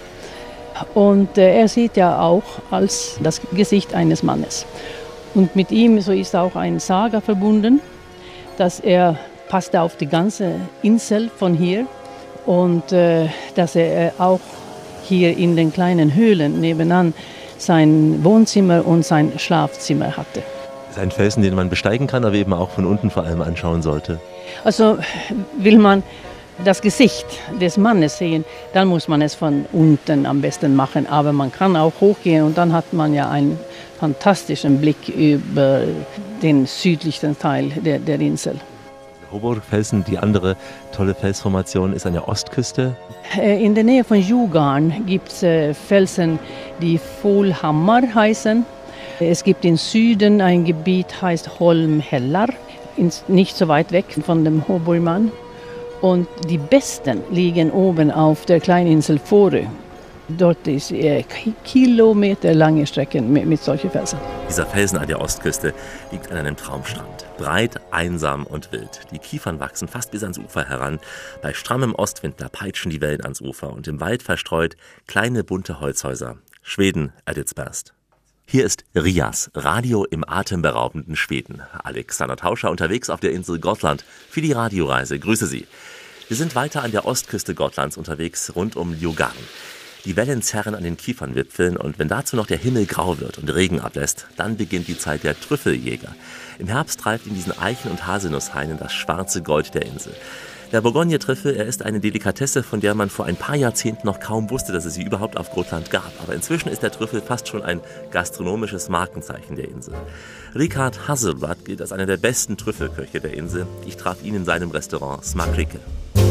Und er sieht ja auch als das Gesicht eines Mannes. Und mit ihm so ist auch eine Saga verbunden, dass er passte auf die ganze Insel von hier und dass er auch hier in den kleinen Höhlen nebenan sein Wohnzimmer und sein Schlafzimmer hatte. Das ist ein Felsen, den man besteigen kann, aber eben auch von unten vor allem anschauen sollte. Also will man das Gesicht des Mannes sehen, dann muss man es von unten am besten machen. Aber man kann auch hochgehen und dann hat man ja einen fantastischen Blick über den südlichen Teil der Insel. Hoburgfelsen, die andere tolle Felsformation, ist an der Ostküste. In der Nähe von Djurgården gibt es Felsen, die Folhammar heißen. Es gibt im Süden ein Gebiet, heißt Holmhällar, nicht so weit weg von dem Hoburgman. Und die besten liegen oben auf der Kleininsel Fårö. Dort ist kilometerlange Strecken mit solchen Felsen. Dieser Felsen an der Ostküste liegt an einem Traumstrand. Breit, einsam und wild. Die Kiefern wachsen fast bis ans Ufer heran. Bei strammem Ostwind, da peitschen die Wellen ans Ufer. Und im Wald verstreut kleine bunte Holzhäuser. Schweden at its best. Hier ist Rias, Radio im atemberaubenden Schweden. Alexander Tauscher unterwegs auf der Insel Gotland für die Radioreise. Grüße Sie. Wir sind weiter an der Ostküste Gotlands unterwegs, rund um Djurgården. Die Wellen zerren an den Kiefernwipfeln und wenn dazu noch der Himmel grau wird und Regen ablässt, dann beginnt die Zeit der Trüffeljäger. Im Herbst treibt in diesen Eichen- und Haselnusshainen das schwarze Gold der Insel. Der Bourgogne-Trüffel, er ist eine Delikatesse, von der man vor ein paar Jahrzehnten noch kaum wusste, dass es sie überhaupt auf Gotland gab. Aber inzwischen ist der Trüffel fast schon ein gastronomisches Markenzeichen der Insel. Richard Hasselblad gilt als einer der besten Trüffelköche der Insel. Ich traf ihn in seinem Restaurant Smakrike.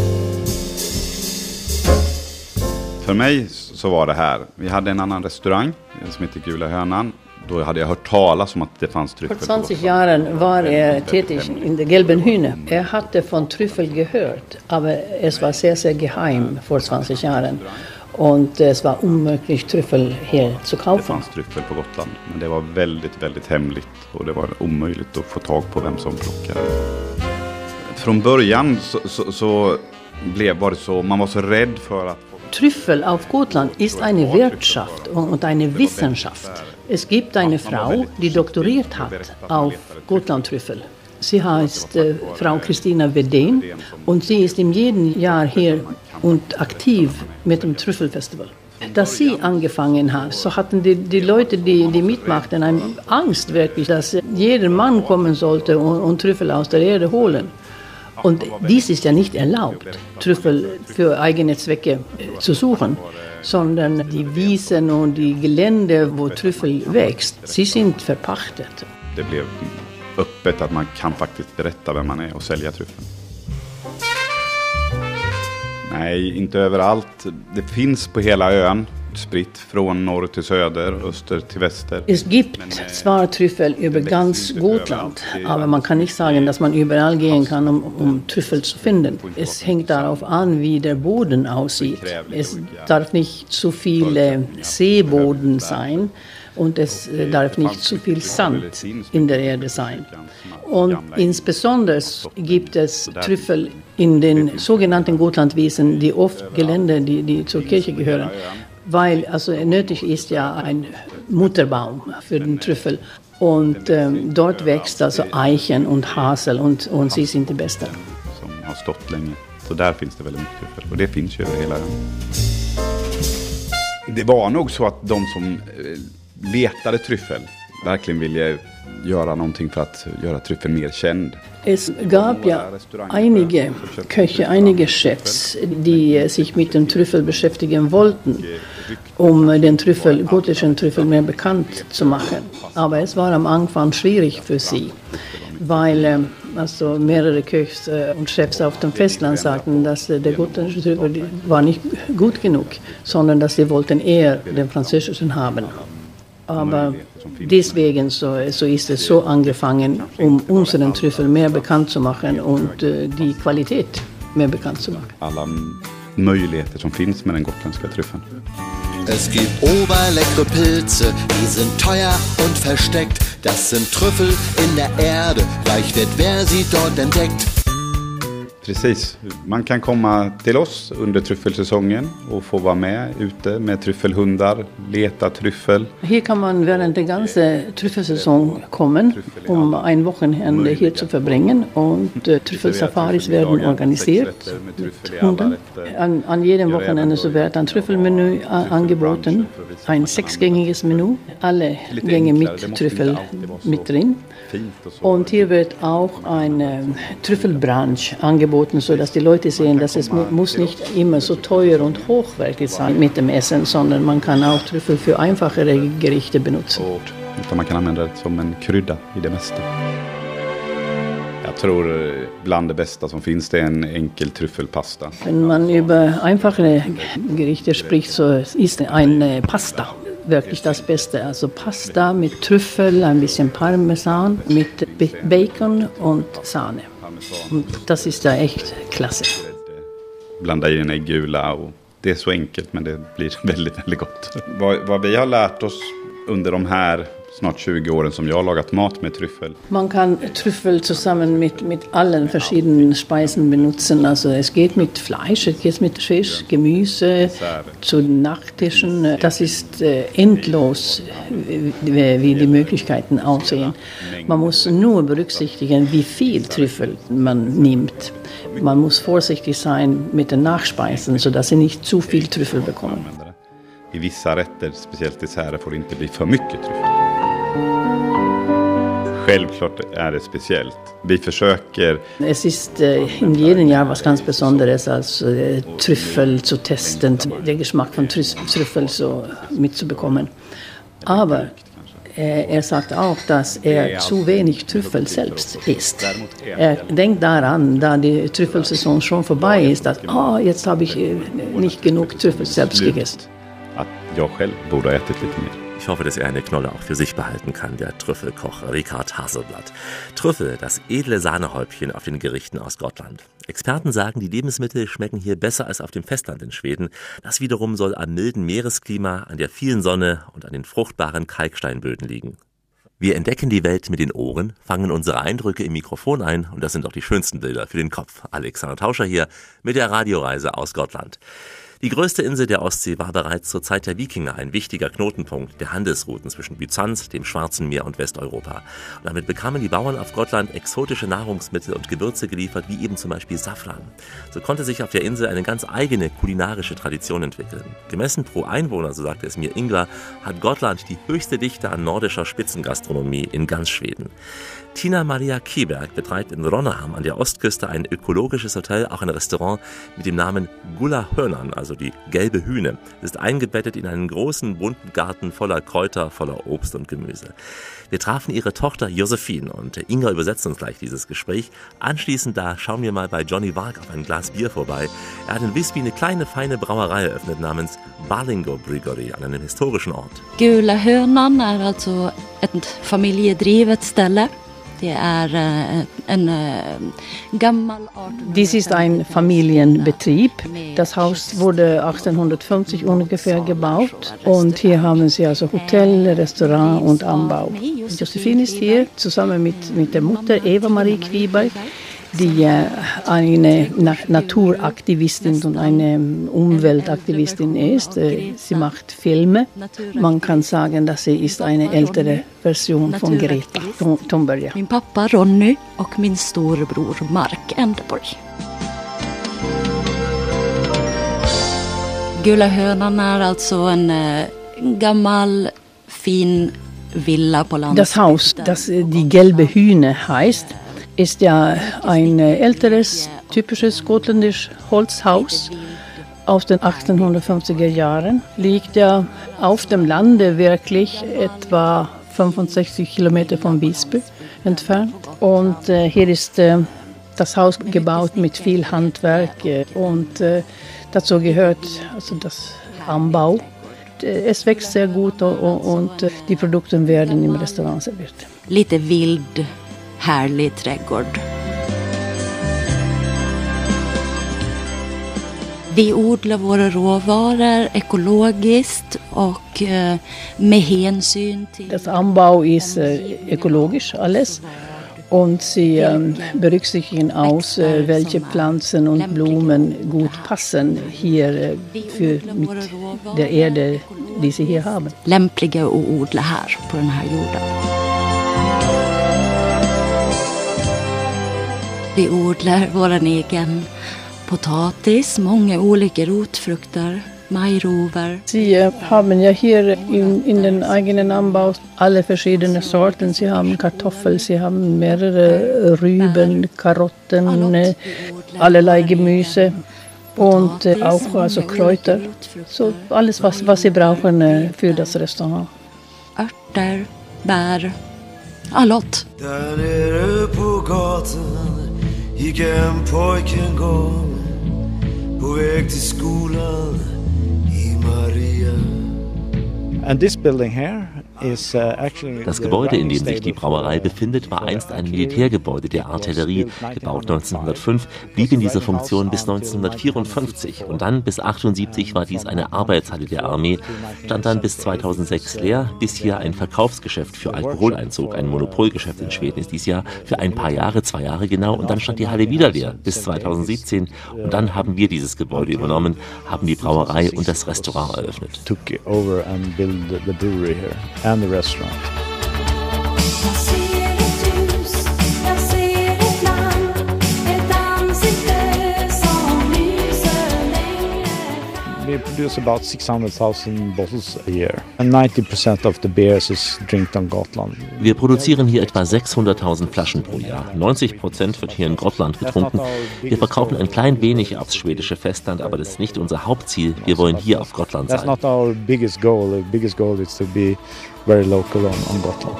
För mig så var det här. Vi hade en annan restaurang som heter Gula Hönan. Då hade jag hört talas om att det fanns tryffel. Vor 20 Jahren war er tätig in der Gelben Hühne. Er hatte von Trüffel gehört, aber es war sehr, sehr geheim vor 20 Jahren. Und es war unmöglich, Trüffel hier zu Det kaufen. fanns tryffel på Gotland, men det var väldigt, väldigt hemligt och det var omöjligt att få tag på vem som plockade. Från början så var det så, man var så rädd för att Trüffel auf Gotland ist eine Wirtschaft und eine Wissenschaft. Es gibt eine Frau, die doktoriert hat auf Gotlandtrüffel. Sie heißt Frau Christina Wedén und sie ist in jedem Jahr hier und aktiv mit dem Trüffelfestival. Dass sie angefangen hat, so hatten die Leute, die mitmachten, eine Angst wirklich, dass jeder Mann kommen sollte und Trüffel aus der Erde holen. Und dies ist ja nicht erlaubt, Trüffel für eigene Zwecke zu suchen, sondern die Wiesen und die Gelände, wo Trüffel wächst, sie sind verpachtet. det blev öppet att man kan faktiskt berätta vem man är och sälja tryffeln. Nej, inte överallt. Det finns på hela ön, spritt från norr till söder, öster till väster. Es gibt zwar Trüffel über ganz Gotland, aber man kann nicht sagen, dass man überall gehen kann, um Trüffel zu finden. Es hängt darauf an, wie der Boden aussieht. Es darf nicht zu viel Seeboden sein und es darf nicht zu viel Sand in der Erde sein. Und insbesondere gibt es Trüffel in den sogenannten Gotlandwiesen, die oft Gelände, die zur Kirche gehören, weil also nötig ist ja ein Mutterbaum für den Trüffel. Und dort wächst also Eichen und Hasel und sie sind die besten. Som har stått länge. Så där finns det väldigt mycket tryffel. Och det finns ju över hela ön. Det var nog så att de som letade tryffel verkligen ville göra någonting för att göra tryffeln mer känd. Es gab ja einige Köche, einige Chefs, die sich mit dem Trüffel beschäftigen wollten, den gotischen Trüffel mehr bekannt zu machen. Aber es war am Anfang schwierig für sie, weil also mehrere Köchs und Chefs auf dem Festland sagten, dass der gotische Trüffel war nicht gut genug, sondern dass sie wollten eher den französischen haben. Aber deswegen so ist es so angefangen, unseren Trüffel mehr bekannt zu machen und die Qualität mehr bekannt zu machen. Alla möjligheter som finns med den gotländska tryffeln. Es gibt oberleckere Pilze, die sind teuer und versteckt. Das sind Trüffel in der Erde, reich wird wer sie dort entdeckt. Precis, man kan komma till oss under tryffelsäsongen och få vara med ute med tryffelhundar, leta tryffel. Hier kann man während der ganzen Trüffelsaison kommen, ein Wochenende hier zu verbringen und Trüffelsafaris werden organisiert mit Hunden. An jedem Wochenende so wird ein Trüffelmenü angeboten, ein 6-gängiges Menü, alle Gänge mit Trüffel mit drin. Und hier wird auch ein Trüffelbrunch angeboten, sodass die Leute sehen, dass es muss nicht immer so teuer und hochwertig sein mit dem Essen, sondern man kann auch Trüffel für einfachere Gerichte benutzen. Man kan använda det som en krydda i det mesta. Jag tror bland det bästa som finns det är en enkel tryffelpasta. Wenn man über einfache Gerichte spricht, so ist eine Pasta wirklich das Beste. Also Pasta mit Trüffel, ein bisschen Parmesan, mit Bacon und Sahne. Und das ist ja echt klasse. Blanda i en äggula och det är så enkelt men det blir väldigt, väldigt gott. Vad vi har lärt oss under de här snart 20 åren som jag har lagat mat med Trüffel. Man kann Trüffel zusammen mit allen verschiedenen Speisen benutzen. Also es geht mit Fleisch, es geht mit Fisch, Gemüse, zu Nachtischen. Das ist endlos, wie die Möglichkeiten aussehen. Man muss nur berücksichtigen, wie viel Trüffel man nimmt. Man muss vorsichtig sein mit den Nachspeisen, sodass sie nicht zu viel Trüffel bekommen. I vissa rätter, speciellt desserter, får det inte bli för mycket tryffel. Självklart är det speciellt. Vi försöker... Es ist in jedem Jahr was ganz Besonderes, als Trüffel zu testen, den Geschmack von Trüffel so mitzubekommen. Aber sagt auch, dass zu wenig Trüffel selbst isst. Denkt daran, da die Trüffelsaison schon vorbei ist, dass jetzt habe ich nicht genug Trüffel selbst gegessen. Att jag själv borde ha ätit lite mer. Ich hoffe, dass er eine Knolle auch für sich behalten kann, der Trüffelkoch Richard Haselblatt. Trüffel, das edle Sahnehäubchen auf den Gerichten aus Gotland. Experten sagen, die Lebensmittel schmecken hier besser als auf dem Festland in Schweden. Das wiederum soll am milden Meeresklima, an der vielen Sonne und an den fruchtbaren Kalksteinböden liegen. Wir entdecken die Welt mit den Ohren, fangen unsere Eindrücke im Mikrofon ein und das sind auch die schönsten Bilder für den Kopf. Alexander Tauscher hier mit der Radioreise aus Gotland. Die größte Insel der Ostsee war bereits zur Zeit der Wikinger ein wichtiger Knotenpunkt der Handelsrouten zwischen Byzanz, dem Schwarzen Meer und Westeuropa. Und damit bekamen die Bauern auf Gotland exotische Nahrungsmittel und Gewürze geliefert, wie eben zum Beispiel Safran. So konnte sich auf der Insel eine ganz eigene kulinarische Tradition entwickeln. Gemessen pro Einwohner, so sagte es mir Ingvar, hat Gotland die höchste Dichte an nordischer Spitzengastronomie in ganz Schweden. Tina Maria Kieberg betreibt in Ronnaham an der Ostküste ein ökologisches Hotel, auch ein Restaurant mit dem Namen Gulla Hörnan, also die gelbe Hühne. Es ist eingebettet in einen großen, bunten Garten voller Kräuter, voller Obst und Gemüse. Wir trafen ihre Tochter Josephine und Inga übersetzt uns gleich dieses Gespräch. Anschließend da schauen wir mal bei Johnny Varg auf ein Glas Bier vorbei. Er hat in Visby eine kleine, feine Brauerei eröffnet namens Balingo Brewery an einem historischen Ort. Gulla Hörnan är alltså ett familjedrivet ställe. Dies ist ein Familienbetrieb. Das Haus wurde 1850 ungefähr gebaut und hier haben sie also Hotel, Restaurant und Anbau. Josephine ist hier zusammen mit der Mutter Eva Marie Kviberg, die eine Naturaktivistin und eine Umweltaktivistin ist. Sie macht Filme. Man kann sagen, dass sie ist eine ältere Version von Greta Thunberg. Min pappa Ronny och min storebror Mark Enderborg. Gula hönan är alltså en gammal fin villa på landet. Das Haus, das die gelbe Hühne heißt, ist ja ein älteres, typisches gotländisches Holzhaus aus den 1850er Jahren. Liegt ja auf dem Lande wirklich etwa 65 Kilometer von Visby entfernt. Und hier ist das Haus gebaut mit viel Handwerk und dazu gehört also das Anbau. Es wächst sehr gut und die Produkte werden im Restaurant serviert. Lite vild, härlig trädgård. Vi odlar våra råvaror ekologiskt och med hänsyn till... Das Anbau ist ökologisch alles und sie berücksichtigen aus, welche Pflanzen und Blumen gut passen hier für mit der Erde, die sie hier haben. Lämpliga att odla här på den här jorden. Vi odlar vår egen potatis, många olika rotfrukter, majrover. Sie haben ja hier in den eigenen Anbau alle verschiedene Sorten. Sie haben Kartoffel, sie haben mehrere Rüben, Karotten, allerlei Gemüse und auch also Kräuter. So alles, was sie brauchen für das Restaurant. Örter, bär, allot. Där nere på gatan gick en pojke en gång på väg till skolan i Maria. And this building here is actually Das Gebäude, in dem sich die Brauerei befindet, war einst ein Militärgebäude der Artillerie, gebaut 1905, blieb in dieser Funktion bis 1954 und dann bis 1978 war dies eine Arbeitshalle der Armee, stand dann bis 2006 leer, bis hier ein Verkaufsgeschäft für Alkohol einzog. Ein Monopolgeschäft in Schweden ist dies Jahr für ein paar Jahre, 2 Jahre genau, und dann stand die Halle wieder leer bis 2017 und dann haben wir dieses Gebäude übernommen, haben die Brauerei und das Restaurant eröffnet. took over and built the brewery here and the restaurant. We produce about 600,000 bottles a year, and 90% of the beers is drinked on Gotland. Wir produzieren hier etwa 600.000 Flaschen pro Jahr. 90% wird hier in Gotland getrunken. Wir verkaufen ein klein wenig aufs schwedische Festland, aber das ist nicht unser Hauptziel. Wir wollen hier auf Gotland sein. That's not our biggest goal. The biggest goal is to be very local on Gotland.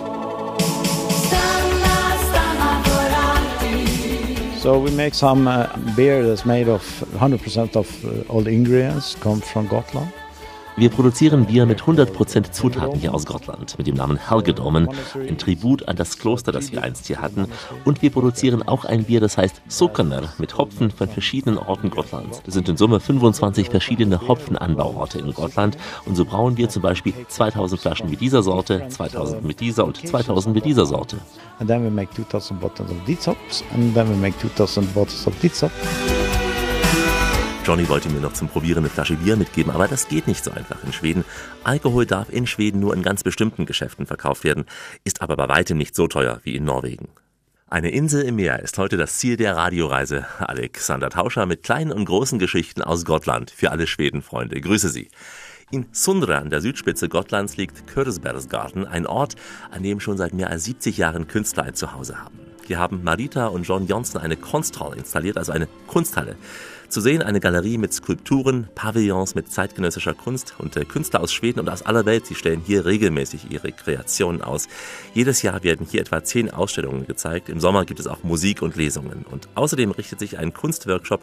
So we make some beer that's made of 100% of all the ingredients come from Gotland. Wir produzieren Bier mit 100% Zutaten hier aus Gotland, mit dem Namen Helgedomen, ein Tribut an das Kloster, das wir einst hier hatten. Und wir produzieren auch ein Bier, das heißt Sukkener, mit Hopfen von verschiedenen Orten Gotlands. Das sind in Summe 25 verschiedene Hopfenanbauorte in Gotland. Und so brauen wir zum Beispiel 2000 Flaschen mit dieser Sorte, 2000 mit dieser und 2000 mit dieser Sorte. And then we make 2000 bottles of these hops, and then we make 2000 bottles of this hop. Johnny wollte mir noch zum Probieren eine Flasche Bier mitgeben, aber das geht nicht so einfach in Schweden. Alkohol darf in Schweden nur in ganz bestimmten Geschäften verkauft werden, ist aber bei weitem nicht so teuer wie in Norwegen. Eine Insel im Meer ist heute das Ziel der Radioreise. Alexander Tauscher mit kleinen und großen Geschichten aus Gotland für alle Schwedenfreunde. Grüße Sie. In Sundre an der Südspitze Gotlands liegt Körsbergsgarten, ein Ort, an dem schon seit mehr als 70 Jahren Künstler ein Zuhause haben. Hier haben Marita und John Jonsson eine Kunsthall installiert, also eine Kunsthalle. Zu sehen eine Galerie mit Skulpturen, Pavillons mit zeitgenössischer Kunst und Künstler aus Schweden und aus aller Welt. Sie stellen hier regelmäßig ihre Kreationen aus. Jedes Jahr werden hier etwa 10 Ausstellungen gezeigt. Im Sommer gibt es auch Musik und Lesungen. Und außerdem richtet sich ein Kunstworkshop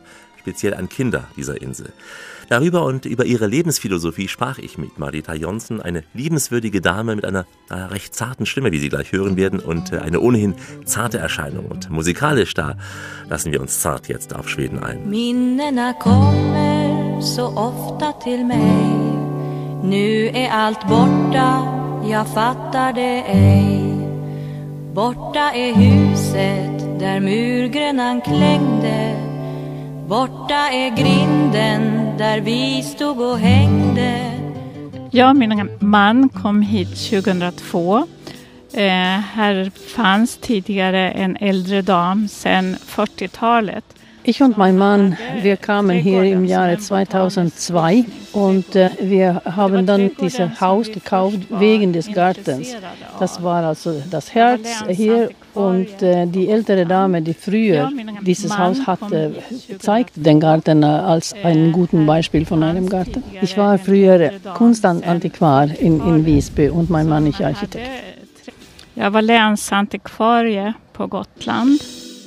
speziell an Kinder dieser Insel. Darüber und über ihre Lebensphilosophie sprach ich mit Marita Jonsson, eine liebenswürdige Dame mit einer recht zarten Stimme, wie Sie gleich hören werden, und eine ohnehin zarte Erscheinung. Und musikalisch, da lassen wir uns zart jetzt auf Schweden ein. Minnena kommer så ofta till mig. Nu är allt borta, jag fattar det ej. Borta är huset där murgrönan klängde. Borta är grinden där vi stod och hängde. Jag och min man kom hit 2002. Här fanns tidigare en äldre dam sedan 40-talet. Ich und mein Mann, wir kamen hier im Jahre 2002 und wir haben dann dieses Haus gekauft wegen des Gartens. Das war also das Herz hier und die ältere Dame, die früher dieses Haus hatte, zeigte den Garten als ein gutes Beispiel von einem Garten. Ich war früher Kunstantikvar in Visby und mein Mann ist Architekt. Jag var länsantikvarie på Gotland.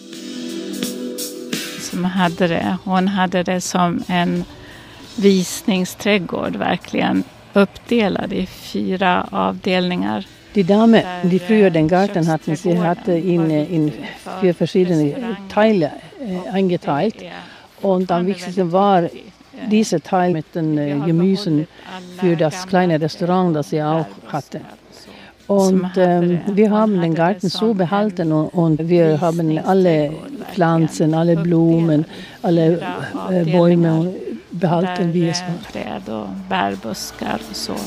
Hon hade det som en visningsträdgård, verkligen uppdelad i 4 avdelningar. Die Dame, die früher den Garten hatten, sie hatte ihn in 4 verschiedene Teile eingeteilt. Und am wichtigsten war dieser Teil mit den Gemüsen für das kleine Restaurant, das sie auch hatte. Und wir haben den Garten so behalten und wir haben alle Pflanzen, alle Blumen, alle Bäume behalten, wie es war. Träd och bärbuskar och så.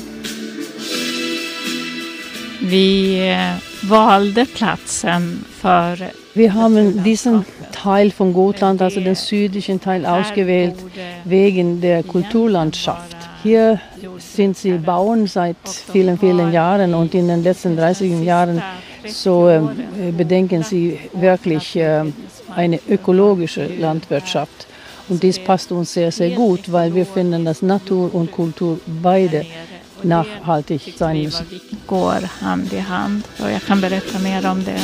Vi valde platsen för... Wir haben diesen Teil von Gotland, also den südlichen Teil, ausgewählt wegen der Kulturlandschaft. Hier sind sie bauen seit vielen, vielen Jahren und in den letzten 30 Jahren so bedenken sie wirklich eine ökologische Landwirtschaft. Und dies passt uns sehr, sehr gut, weil wir finden, dass Natur und Kultur beide nachhaltig sein müssen. Går hand i hand och jag kan berätta mer om det.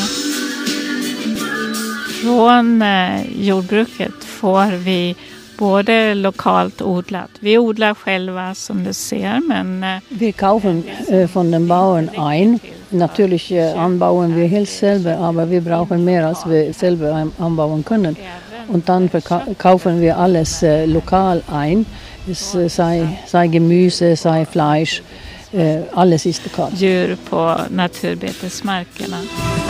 Från jordbruket får vi både lokalt odlat. Vi odlar själva som du ser, men... Wir kaufen von den Bauern ein. Natürlich anbauen wir helst selber, aber wir brauchen mehr, als wir selber anbauen können. Und dann kaufen wir alles lokal ein. Es sei Gemüse, sei Fleisch, alles ist lokal. Djur på naturbetesmarkerna.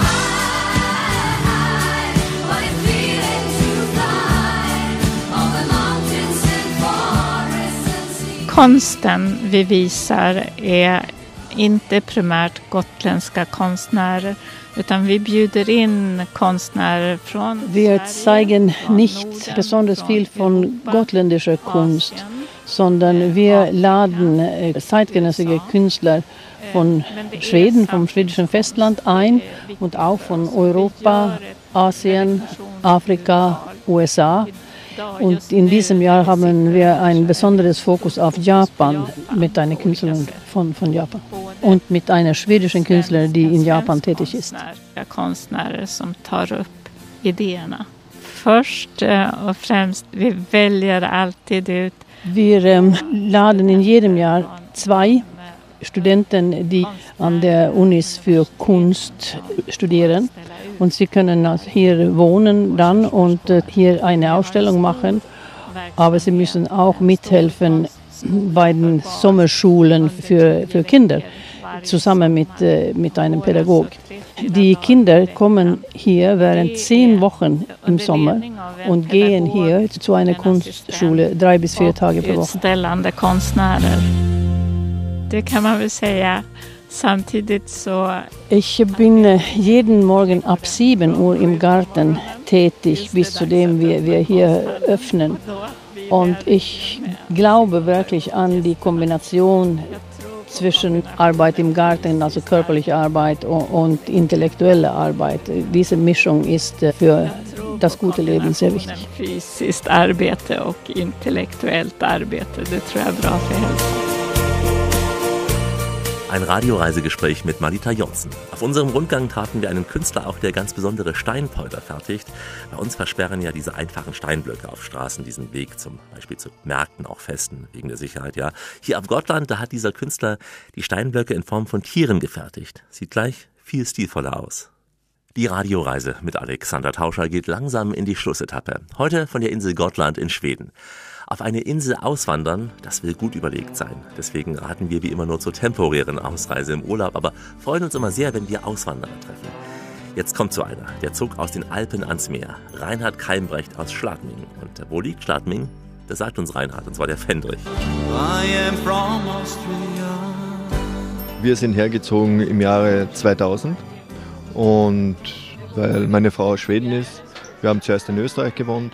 Konsten vi visar är inte primärt gotländska konstnärer, utan vi bjuder in konstnärer från... Wir zeigen nicht besonders viel von gotländischer Kunst, sondern wir laden zeitgenössische Künstler von Schweden, vom schwedischen Festland ein und auch von Europa, Asien, Afrika, USA. Und in diesem Jahr haben wir ein besonderes Fokus auf Japan mit einer Künstlerin von Japan und mit einer schwedischen Künstlerin, die in Japan tätig ist. Konstnärer som tar upp idéerna. Först och främst, vi väljer alltid ut... Wir laden in jedem Jahr 2 Studenten, die an der Unis für Kunst studieren. Und sie können hier wohnen dann und hier eine Ausstellung machen. Aber sie müssen auch mithelfen bei den Sommerschulen für Kinder, zusammen mit einem Pädagog. Die Kinder kommen hier während 10 Wochen im Sommer und gehen hier zu einer Kunstschule 3 bis 4 Tage pro Woche. Utställande konstnärer. Det kan man väl säga. Samtidigt så... Ich bin jeden Morgen ab 7 Uhr im Garten tätig, bis zu dem wir hier öffnen. Und ich glaube wirklich an die Kombination zwischen Arbeit im Garten, also körperliche Arbeit, und intellektuelle Arbeit. Diese Mischung ist für das gute Leben sehr wichtig. Fysiskt arbete och intellektuellt arbete, det tror jag är bra för hälsan. Ein Radioreisegespräch mit Marita Jonsson. Auf unserem Rundgang trafen wir einen Künstler auch, der ganz besondere Steinpolder fertigt. Bei uns versperren ja diese einfachen Steinblöcke auf Straßen diesen Weg, zum Beispiel zu Märkten, auch Festen, wegen der Sicherheit, ja. Hier auf Gotland, da hat dieser Künstler die Steinblöcke in Form von Tieren gefertigt. Sieht gleich viel stilvoller aus. Die Radioreise mit Alexander Tauscher geht langsam in die Schlussetappe. Heute von der Insel Gotland in Schweden. Auf eine Insel auswandern, das will gut überlegt sein. Deswegen raten wir wie immer nur zur temporären Ausreise im Urlaub, aber freuen uns immer sehr, wenn wir Auswanderer treffen. Jetzt kommt so einer, der zog aus den Alpen ans Meer. Reinhard Keimbrecht aus Schladming. Und wo liegt Schladming? Das sagt uns Reinhard, und zwar der Fendrich. Wir sind hergezogen im Jahre 2000 und weil meine Frau aus Schweden ist. Wir haben zuerst in Österreich gewohnt.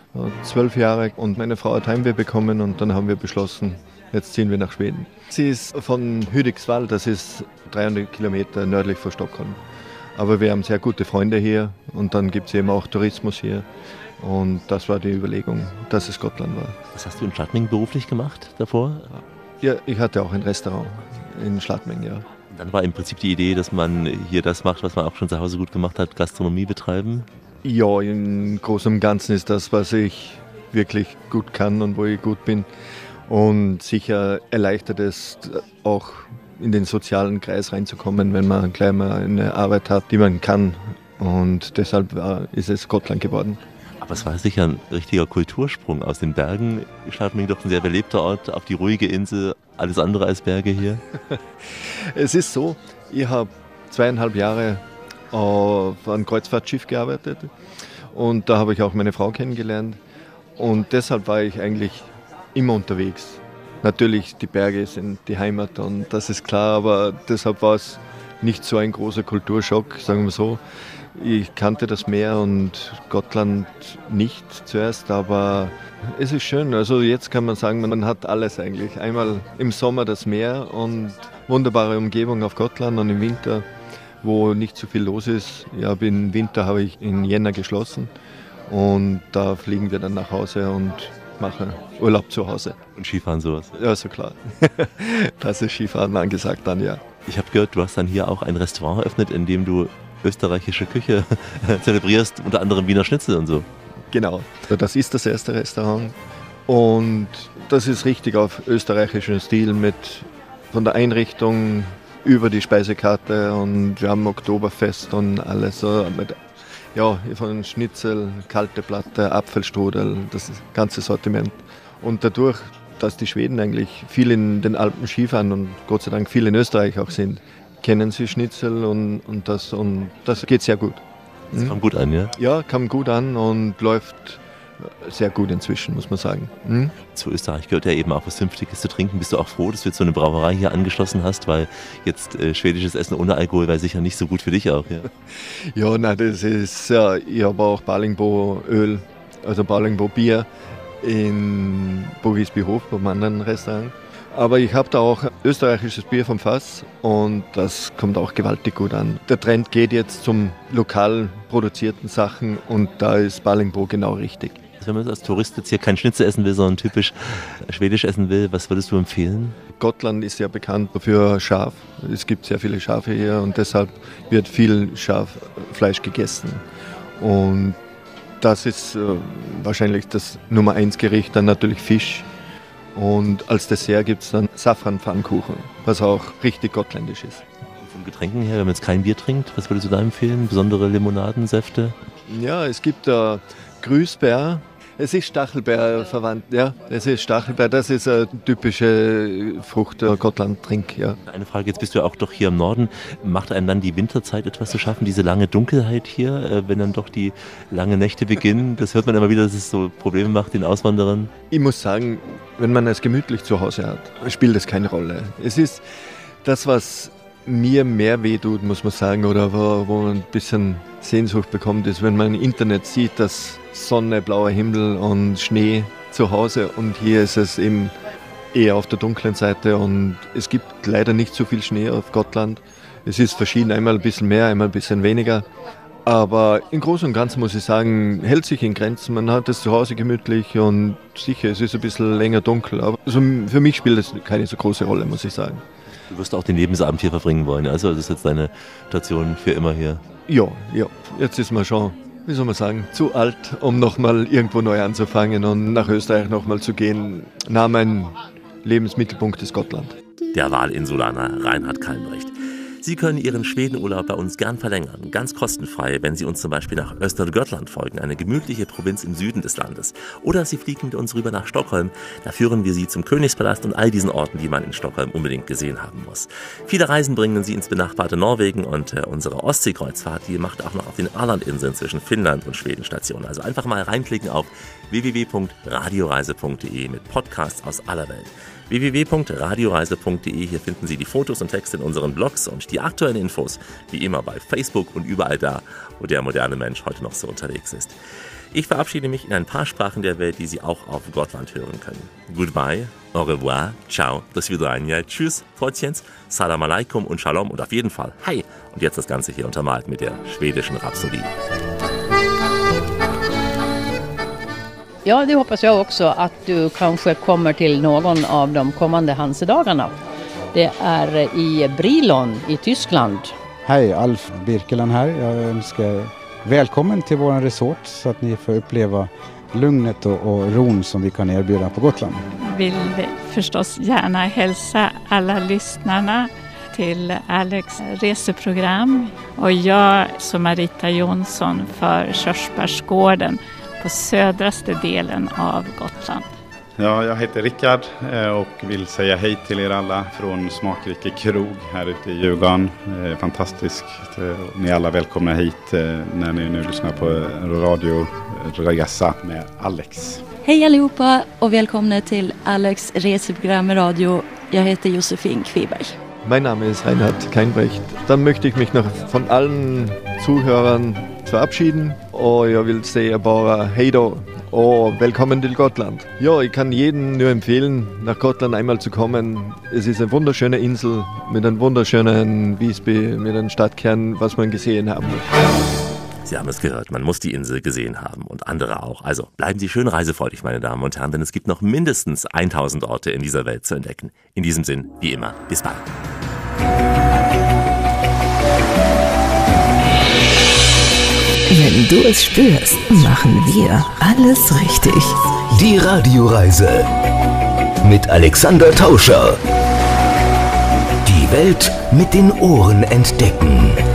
12 Jahre und meine Frau hat Heimweh bekommen und dann haben wir beschlossen, jetzt ziehen wir nach Schweden. Sie ist von Hudiksvall, das ist 300 Kilometer nördlich von Stockholm. Aber wir haben sehr gute Freunde hier und dann gibt es eben auch Tourismus hier und das war die Überlegung, dass es Gotland war. Was hast du in Schladming beruflich gemacht davor? Ja, ich hatte auch ein Restaurant in Schladming, ja. Dann war im Prinzip die Idee, dass man hier das macht, was man auch schon zu Hause gut gemacht hat, Gastronomie betreiben? Ja, im Großen und Ganzen ist das, was ich wirklich gut kann und wo ich gut bin. Und sicher erleichtert es auch in den sozialen Kreis reinzukommen, wenn man gleich mal eine Arbeit hat, die man kann. Und deshalb ist es Gotland geworden. Aber es war sicher ein richtiger Kultursprung aus den Bergen. Schladming doch ein sehr belebter Ort, auf die ruhige Insel, alles andere als Berge hier. Es ist so, ich habe 2,5 Jahre auf einem Kreuzfahrtschiff gearbeitet und da habe ich auch meine Frau kennengelernt und deshalb war ich eigentlich immer unterwegs. Natürlich, die Berge sind die Heimat und das ist klar, aber deshalb war es nicht so ein großer Kulturschock, sagen wir so. Ich kannte das Meer und Gotland nicht zuerst, aber es ist schön. Also jetzt kann man sagen, man hat alles eigentlich. Einmal im Sommer das Meer und wunderbare Umgebung auf Gotland und im Winter, wo nicht so viel los ist. Ja, im Winter habe ich in Jänner geschlossen und da fliegen wir dann nach Hause und machen Urlaub zu Hause. Und Skifahren sowas? Ja, so klar. Das ist Skifahren angesagt dann, ja. Ich habe gehört, du hast dann hier auch ein Restaurant eröffnet, in dem du österreichische Küche zelebrierst, unter anderem Wiener Schnitzel und so. Genau, das ist das erste Restaurant und das ist richtig auf österreichischen Stil mit von der Einrichtung über die Speisekarte und wir haben Oktoberfest und alles so mit, ja, von Schnitzel, kalte Platte, Apfelstrudel, das ganze Sortiment. Und dadurch, dass die Schweden eigentlich viel in den Alpen Skifahren und Gott sei Dank viel in Österreich auch sind, kennen sie Schnitzel und das geht sehr gut. Das kam gut an, ja? Ja, kam gut an und läuft sehr gut inzwischen, muss man sagen. Zu Österreich gehört ja eben auch was Vernünftiges zu trinken. Bist du auch froh, dass du jetzt so eine Brauerei hier angeschlossen hast, weil jetzt schwedisches Essen ohne Alkohol wäre sicher nicht so gut für dich auch, ja? Ja, nein, das ist, ja, ich habe auch Balingbo Öl, also Balingbo Bier in Bogisbyhof beim anderen Restaurant. Aber ich habe da auch österreichisches Bier vom Fass und das kommt auch gewaltig gut an. Der Trend geht jetzt zum lokal produzierten Sachen und da ist Balingbo genau richtig. Wenn man als Tourist jetzt hier kein Schnitzel essen will, sondern typisch schwedisch essen will, was würdest du empfehlen? Gotland ist ja bekannt für Schaf. Es gibt sehr viele Schafe hier und deshalb wird viel Schaffleisch gegessen. Und das ist wahrscheinlich das Nummer 1 Gericht, dann natürlich Fisch. Und als Dessert gibt es dann Safranpfannkuchen, was auch richtig gottländisch ist. Von Getränken her, wenn man jetzt kein Bier trinkt, was würdest du da empfehlen? Besondere Limonaden, Säfte? Ja, es gibt Grüßbär. Es ist Stachelbeer verwandt, ja. Es ist Stachelbeer, das ist eine typische Frucht der Gotland-Trink, ja. Eine Frage, jetzt bist du ja auch doch hier im Norden. Macht einem dann die Winterzeit etwas zu schaffen, diese lange Dunkelheit hier, wenn dann doch die langen Nächte beginnen? Das hört man immer wieder, dass es so Probleme macht den Auswanderern. Ich muss sagen, wenn man es gemütlich zu Hause hat, spielt es keine Rolle. Es ist das, was mir mehr wehtut, muss man sagen, oder wo man ein bisschen Sehnsucht bekommt, ist, wenn man im Internet sieht, dass Sonne, blauer Himmel und Schnee zu Hause und hier ist es eben eher auf der dunklen Seite und es gibt leider nicht so viel Schnee auf Gotland. Es ist verschieden, einmal ein bisschen mehr, einmal ein bisschen weniger, Aber im Großen und Ganzen muss ich sagen, hält sich in Grenzen. Man hat es zu Hause gemütlich und sicher, es ist ein bisschen länger dunkel. Aber also für mich spielt das keine so große Rolle, muss ich sagen. Du wirst auch den Lebensabend hier verbringen wollen. Also das ist jetzt deine Station für immer hier. Ja. Jetzt ist man schon, wie soll man sagen, zu alt, um nochmal irgendwo neu anzufangen und nach Österreich nochmal zu gehen. Na, mein Lebensmittelpunkt ist Gotland. Der Wahlinsulaner Reinhard Kalmbrecht. Sie können Ihren Schwedenurlaub bei uns gern verlängern, ganz kostenfrei, wenn Sie uns zum Beispiel nach Östergötland folgen, eine gemütliche Provinz im Süden des Landes. Oder Sie fliegen mit uns rüber nach Stockholm, da führen wir Sie zum Königspalast und all diesen Orten, die man in Stockholm unbedingt gesehen haben muss. Viele Reisen bringen Sie ins benachbarte Norwegen und unsere Ostseekreuzfahrt, die macht auch noch auf den Ålandinseln zwischen Finnland und Schweden Station. Also einfach mal reinklicken auf www.radioreise.de mit Podcasts aus aller Welt. www.radioreise.de, hier finden Sie die Fotos und Texte in unseren Blogs und die aktuellen Infos, wie immer bei Facebook und überall da, wo der moderne Mensch heute noch so unterwegs ist. Ich verabschiede mich in ein paar Sprachen der Welt, die Sie auch auf Gotland hören können. Goodbye, au revoir, ciao, do svidania, tschüss, Freundchens, salam alaikum und shalom und auf jeden Fall hi. Und jetzt das Ganze hier untermalt mit der schwedischen Rhapsodie. Ja, det hoppas jag också att du kanske kommer till någon av de kommande Hansedagarna. Det är i Brilon i Tyskland. Hej, Alf Birkeland här. Jag önskar välkommen till vår resort så att ni får uppleva lugnet och ron som vi kan erbjuda på Gotland. Vill förstås gärna hälsa alla lyssnarna till Alex reseprogram och jag som Marita Jonsson för Körsbärsgården på södraste delen av Gotland. Ja, jag heter Rickard och vill säga hej till er alla från Smakrike krog här ute i Djurgården. Fantastiskt. Ni är alla välkomna hit när ni nu lyssnar på Radio Resa med Alex. Hej allihopa och välkomna till Alex reseprogram med radio. Jag heter Josefin Kviberg. Mein Name ist Reinhard Kalmbrecht. Dann möchte ich mich noch von allen Zuhörern verabschieden. Och jag vill säga bara hej då och välkommen till Gotland. Ja, ich kann jedem nur empfehlen, nach Gotland einmal zu kommen. Es ist eine wunderschöne Insel mit einem wunderschönen Visby, mit einem Stadtkern, was man gesehen haben muss. Sie haben es gehört, man muss die Insel gesehen haben und andere auch. Also bleiben Sie schön reisefreudig, meine Damen und Herren, denn es gibt noch mindestens 1000 Orte in dieser Welt zu entdecken. In diesem Sinn, wie immer, bis bald. Wenn du es spürst, machen wir alles richtig. Die Radioreise mit Alexander Tauscher. Die Welt mit den Ohren entdecken.